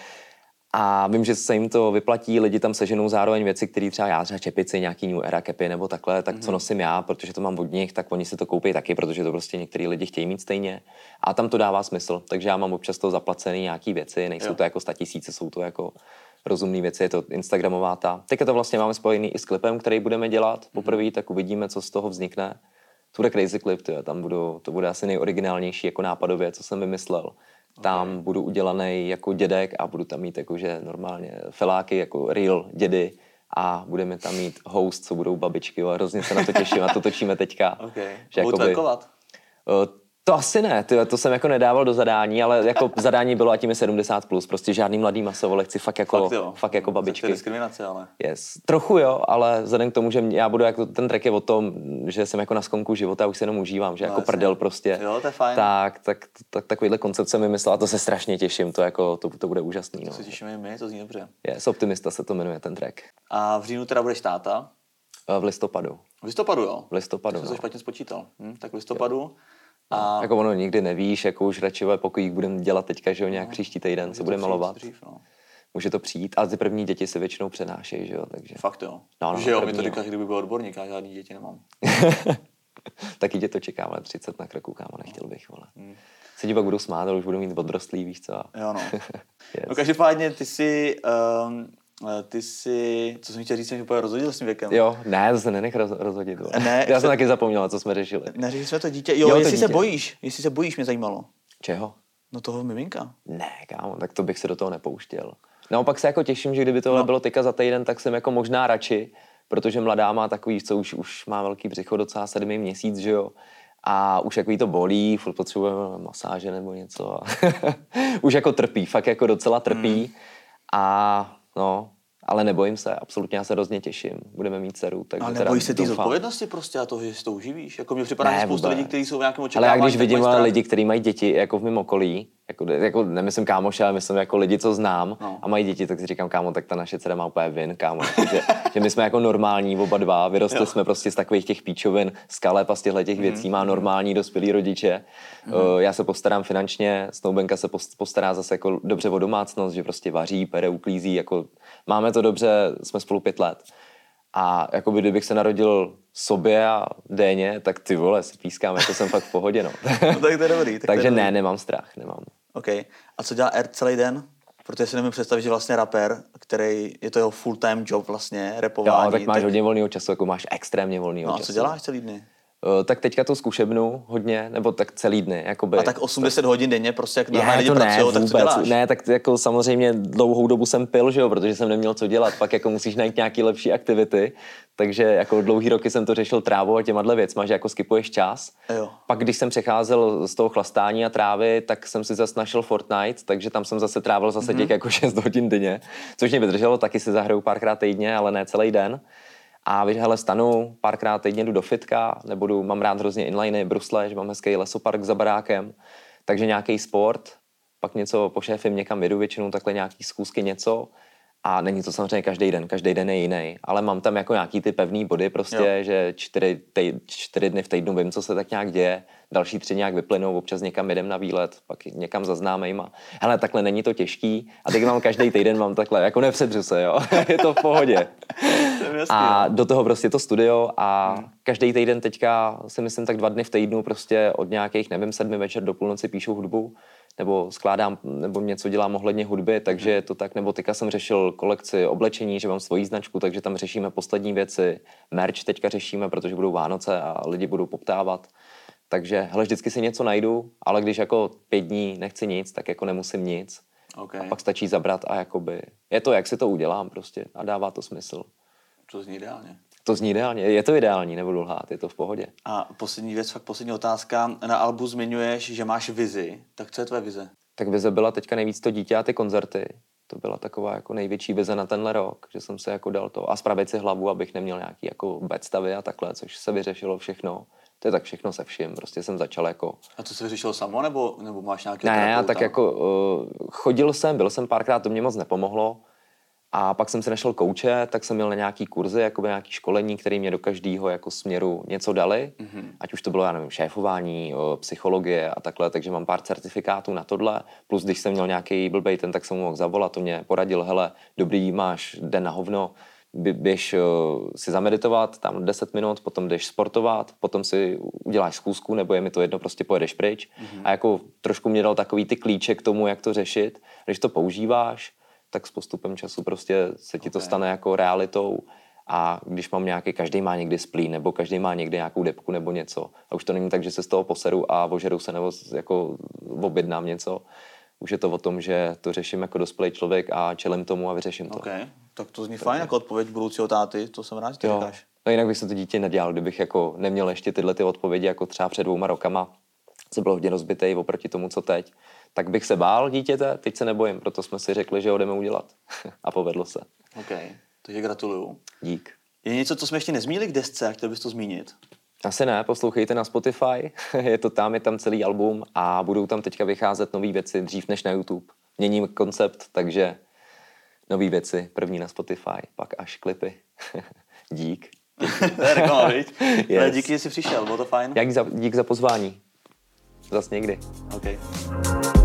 [SPEAKER 2] A vím, že se jim to vyplatí, lidi tam seženou zároveň věci, které třeba čepici, nějaký New Era capy nebo takhle, tak co nosím já, protože to mám od nich, tak oni si to koupí taky, protože to prostě některý lidi chtějí mít stejně. A tam to dává smysl, takže já mám občas to zaplacený nějaký věci, nejsou to jako 100 000, jsou to jako rozumné věci, je to instagramová ta. Teďka to vlastně máme spojený i s klipem, který budeme dělat poprvé, tak uvidíme, co z toho vznikne. To bude crazy klip, tam to bude asi nejoriginálnější jako nápadově, co jsem vymyslel. Tam budu udělaný jako dědek a budu tam mít jakože normálně feláky, jako real dědy a budeme tam mít host, co budou babičky a hrozně se na to těším a to točíme teďka.
[SPEAKER 1] Že budu twerkovat?
[SPEAKER 2] To asi ne, to jsem jako nedával do zadání, ale jako zadání bylo a tím je 70+, prostě žádný mladý maso, chci fakt jako babičky.
[SPEAKER 1] To je diskriminace, ale.
[SPEAKER 2] Yes. Trochu jo, ale vzhledem k tomu, že já budu jako ten track je o tom, že jsem jako na sklonku života a už se jenom užívám, že no, jako prdel prostě.
[SPEAKER 1] Jo, to je fajn.
[SPEAKER 2] Tak takovýhle koncept jsem vymyslel a to se strašně těším, to bude úžasný.
[SPEAKER 1] To se těšíme i my, to zní dobře.
[SPEAKER 2] Yes, Optimista se to jmenuje ten track.
[SPEAKER 1] A v říjnu teda budeš táta?
[SPEAKER 2] V listopadu.
[SPEAKER 1] V listopadu, jo?
[SPEAKER 2] V listopadu,
[SPEAKER 1] jsem to špatně spočítal. Tak v listopadu. A...
[SPEAKER 2] Jako ono nikdy nevíš, jako už radši pokojík budeme dělat teďka, že jo, nějak příští týden, co bude malovat.
[SPEAKER 1] Dřív, no.
[SPEAKER 2] Může to přijít, ale ty první děti se většinou přenášejí, že jo, takže.
[SPEAKER 1] Fakt jo.
[SPEAKER 2] No,
[SPEAKER 1] že jo, mi to říkáš, kdyby byl odborník, já žádný děti nemám.
[SPEAKER 2] Taky tě to čeká, ale 30 na kroku, kámo, nechtěl bych, vole. Se ti pak budu smát, ale už budu mít odrostlý, víš co.
[SPEAKER 1] Jo, no. Yes. No každopádně ty jsi ty si, co jsem chtěl říct, jsem úplně rozhodil s tím věkem.
[SPEAKER 2] Jo, ne, to se nenech rozhodit.
[SPEAKER 1] Ne,
[SPEAKER 2] já jsem taky zapomněla, co jsme řešili.
[SPEAKER 1] Neřešili jsme to dítě. Jo, jestli se bojíš, mě zajímalo.
[SPEAKER 2] Čeho?
[SPEAKER 1] No toho miminka.
[SPEAKER 2] Ne, kámo, tak to bych se do toho nepouštěl. Naopak se jako těším, že kdyby tohle bylo teďka za týden, tak jsem jako možná radši, protože mladá má takový, co už má velký břicho, docela 7 měsíc, že jo. A už jako jí to bolí, furt potřebuje masáže nebo něco. Už jako trpí, fakt jako docela trpí. A no, ale nebojím se, absolutně, já se hrozně těším. Budeme mít dceru, takže
[SPEAKER 1] ale nebojíš se té zodpovědnosti prostě a toho, že si to uživíš? Jako mě připadá, že spousta lidí, kteří jsou v nějakém očekávání.
[SPEAKER 2] Ale já když vidím lidi, kteří mají děti jako v mém okolí, jako nemyslím kámoše, ale myslím jako lidi, co znám a mají děti, tak si říkám, kámo, tak ta naše dcera má úplně vin, kámo. že my jsme jako normální oba dva, vyrostli jsme prostě z takových těch píčovin, z kalep a z těchto těch věcí, má normální dospělí rodiče. Já se postarám finančně, Snoubenka se postará zase jako dobře o domácnost, že prostě vaří, pere, uklízí, jako máme to dobře, jsme spolu 5 let. A jakoby kdybych se narodil sobě a Déně, tak ty vole, si pískám, jako jsem fakt v pohodě, no.
[SPEAKER 1] No tak to je dobrý.
[SPEAKER 2] Takže ne, nemám strach, nemám.
[SPEAKER 1] OK. A co dělá Ert celý den? Protože si nemůžu představit, že vlastně rapper, který je to jeho full-time job vlastně, rapování.
[SPEAKER 2] Jo, tak máš hodně volného času, jako máš extrémně volného času.
[SPEAKER 1] No a co děláš celý dny?
[SPEAKER 2] Tak teďka to zkušebnu hodně, nebo tak celý dny. Jakoby.
[SPEAKER 1] A tak 80 hodin denně prostě, jak normálně lidi pracujou, tak co děláš?
[SPEAKER 2] Ne, tak jako samozřejmě dlouhou dobu jsem pil, že jo, protože jsem neměl co dělat, pak jako musíš najít nějaký lepší aktivity, takže jako dlouhý roky jsem to řešil trávou a těma věcma, že jako skipuješ čas.
[SPEAKER 1] Jo.
[SPEAKER 2] Pak když jsem přecházel z toho chlastání a trávy, tak jsem si zase našel Fortnite, takže tam jsem zase trávil zase těch jako 6 hodin denně, což mě vydrželo, taky si zahraju párkrát týdně, ale ne celý den. A hele, stanu, párkrát týdně jdu do fitka, nebo mám rád hrozně inliney, brusle, že mám hezký lesopark za barákem, takže nějaký sport, pak něco pošéfím, někam jedu většinou, takhle nějaký schůzky, něco. A není to samozřejmě každý den je jiný, ale mám tam jako nějaký ty pevný body prostě, že 4 dny v týdnu vím, co se tak nějak děje, další 3 nějak vyplynou, občas někam jedem na výlet, pak někam za známejma. Hele, takhle není to těžký a teď mám každý týden, mám takhle, jako nepředřu se, jo, je to v pohodě. A do toho prostě to studio a každý týden teďka si myslím tak 2 dny v týdnu prostě od nějakých, nevím, 7 večer do půlnoci píšu hudbu, nebo skládám, nebo něco dělám ohledně hudby, takže je to tak, nebo teďka jsem řešil kolekci oblečení, že mám svoji značku, takže tam řešíme poslední věci, merch teďka řešíme, protože budou Vánoce a lidi budou poptávat, takže hele, vždycky si něco najdu, ale když jako 5 dní nechci nic, tak jako nemusím nic.
[SPEAKER 1] Okay.
[SPEAKER 2] A pak stačí zabrat a jakoby, je to, jak si to udělám prostě a dává to smysl.
[SPEAKER 1] To zní ideálně.
[SPEAKER 2] To zní ideálně, je to ideální, nebudu lhát, je to v pohodě.
[SPEAKER 1] A poslední věc, fakt poslední otázka. Na albu zmiňuješ, že máš vizi. Tak co je tvoje vize?
[SPEAKER 2] Tak vize byla teďka nejvíc to dítě a ty koncerty. To byla taková jako největší vize na tenhle rok, že jsem se jako dal to a spravit si hlavu, abych neměl nějaký jako bedstavy a takhle, což se vyřešilo všechno. To je tak všechno se vším, prostě jsem začal jako...
[SPEAKER 1] A to se vyřešilo samo, nebo máš nějaké...
[SPEAKER 2] Ne, já tak jako chodil jsem, byl jsem párkrát, to mě moc nepomohlo. A pak jsem si našel kouče, tak jsem měl na nějaký kurzy, jakoby nějaký školení, které mě do každého jako směru něco dali. Ať už to bylo, já nevím, šéfování, psychologie a takhle, takže mám pár certifikátů na tohle. Plus, když jsem měl nějaký blbej ten, tak jsem mu mohl zavolat, to mě poradil, hele, dobrý, máš den na hovno, běž si zameditovat, tam 10 minut, potom jdeš sportovat, potom si uděláš schůzku, nebo je mi to jedno, prostě pojedeš pryč. A jako trošku mě dal takový ty klíče k tomu, jak to řešit. Když to používáš, tak s postupem času prostě se ti to stane jako realitou a když mám nějaký, každý má někdy splín, nebo každý má někdy nějakou depku nebo něco a už to není tak, že se z toho poseru a ožeru se nebo jako objednám něco. Už je to o tom, že to řeším jako dospělý člověk a čelím tomu a vyřeším to.
[SPEAKER 1] Okay. Tak to zní fajn jako odpověď budoucího táty, to jsem rád, že ty říkáš.
[SPEAKER 2] No jinak bych se to dítě nedělal, kdybych jako neměl ještě tyhle ty odpovědi jako třeba před 2 rokama, co bylo hodně rozbitej oproti tomu, co teď. Tak bych se bál dítěte, teď se nebojím, proto jsme si řekli, že ho jdeme udělat. A povedlo se.
[SPEAKER 1] OK, takže gratuluju.
[SPEAKER 2] Dík.
[SPEAKER 1] Je něco, co jsme ještě nezmínili k desce a chtěl bys to zmínit?
[SPEAKER 2] Asi ne, poslouchejte na Spotify, je tam celý album a budou tam teďka vycházet nové věci dřív než na YouTube. Měním koncept, takže nové věci, první na Spotify, pak až klipy. Dík.
[SPEAKER 1] To je reklama, viď? Yes. Díky, že jsi přišel, bylo to fajn.
[SPEAKER 2] Dík za pozvání. Zas někdy.
[SPEAKER 1] OK.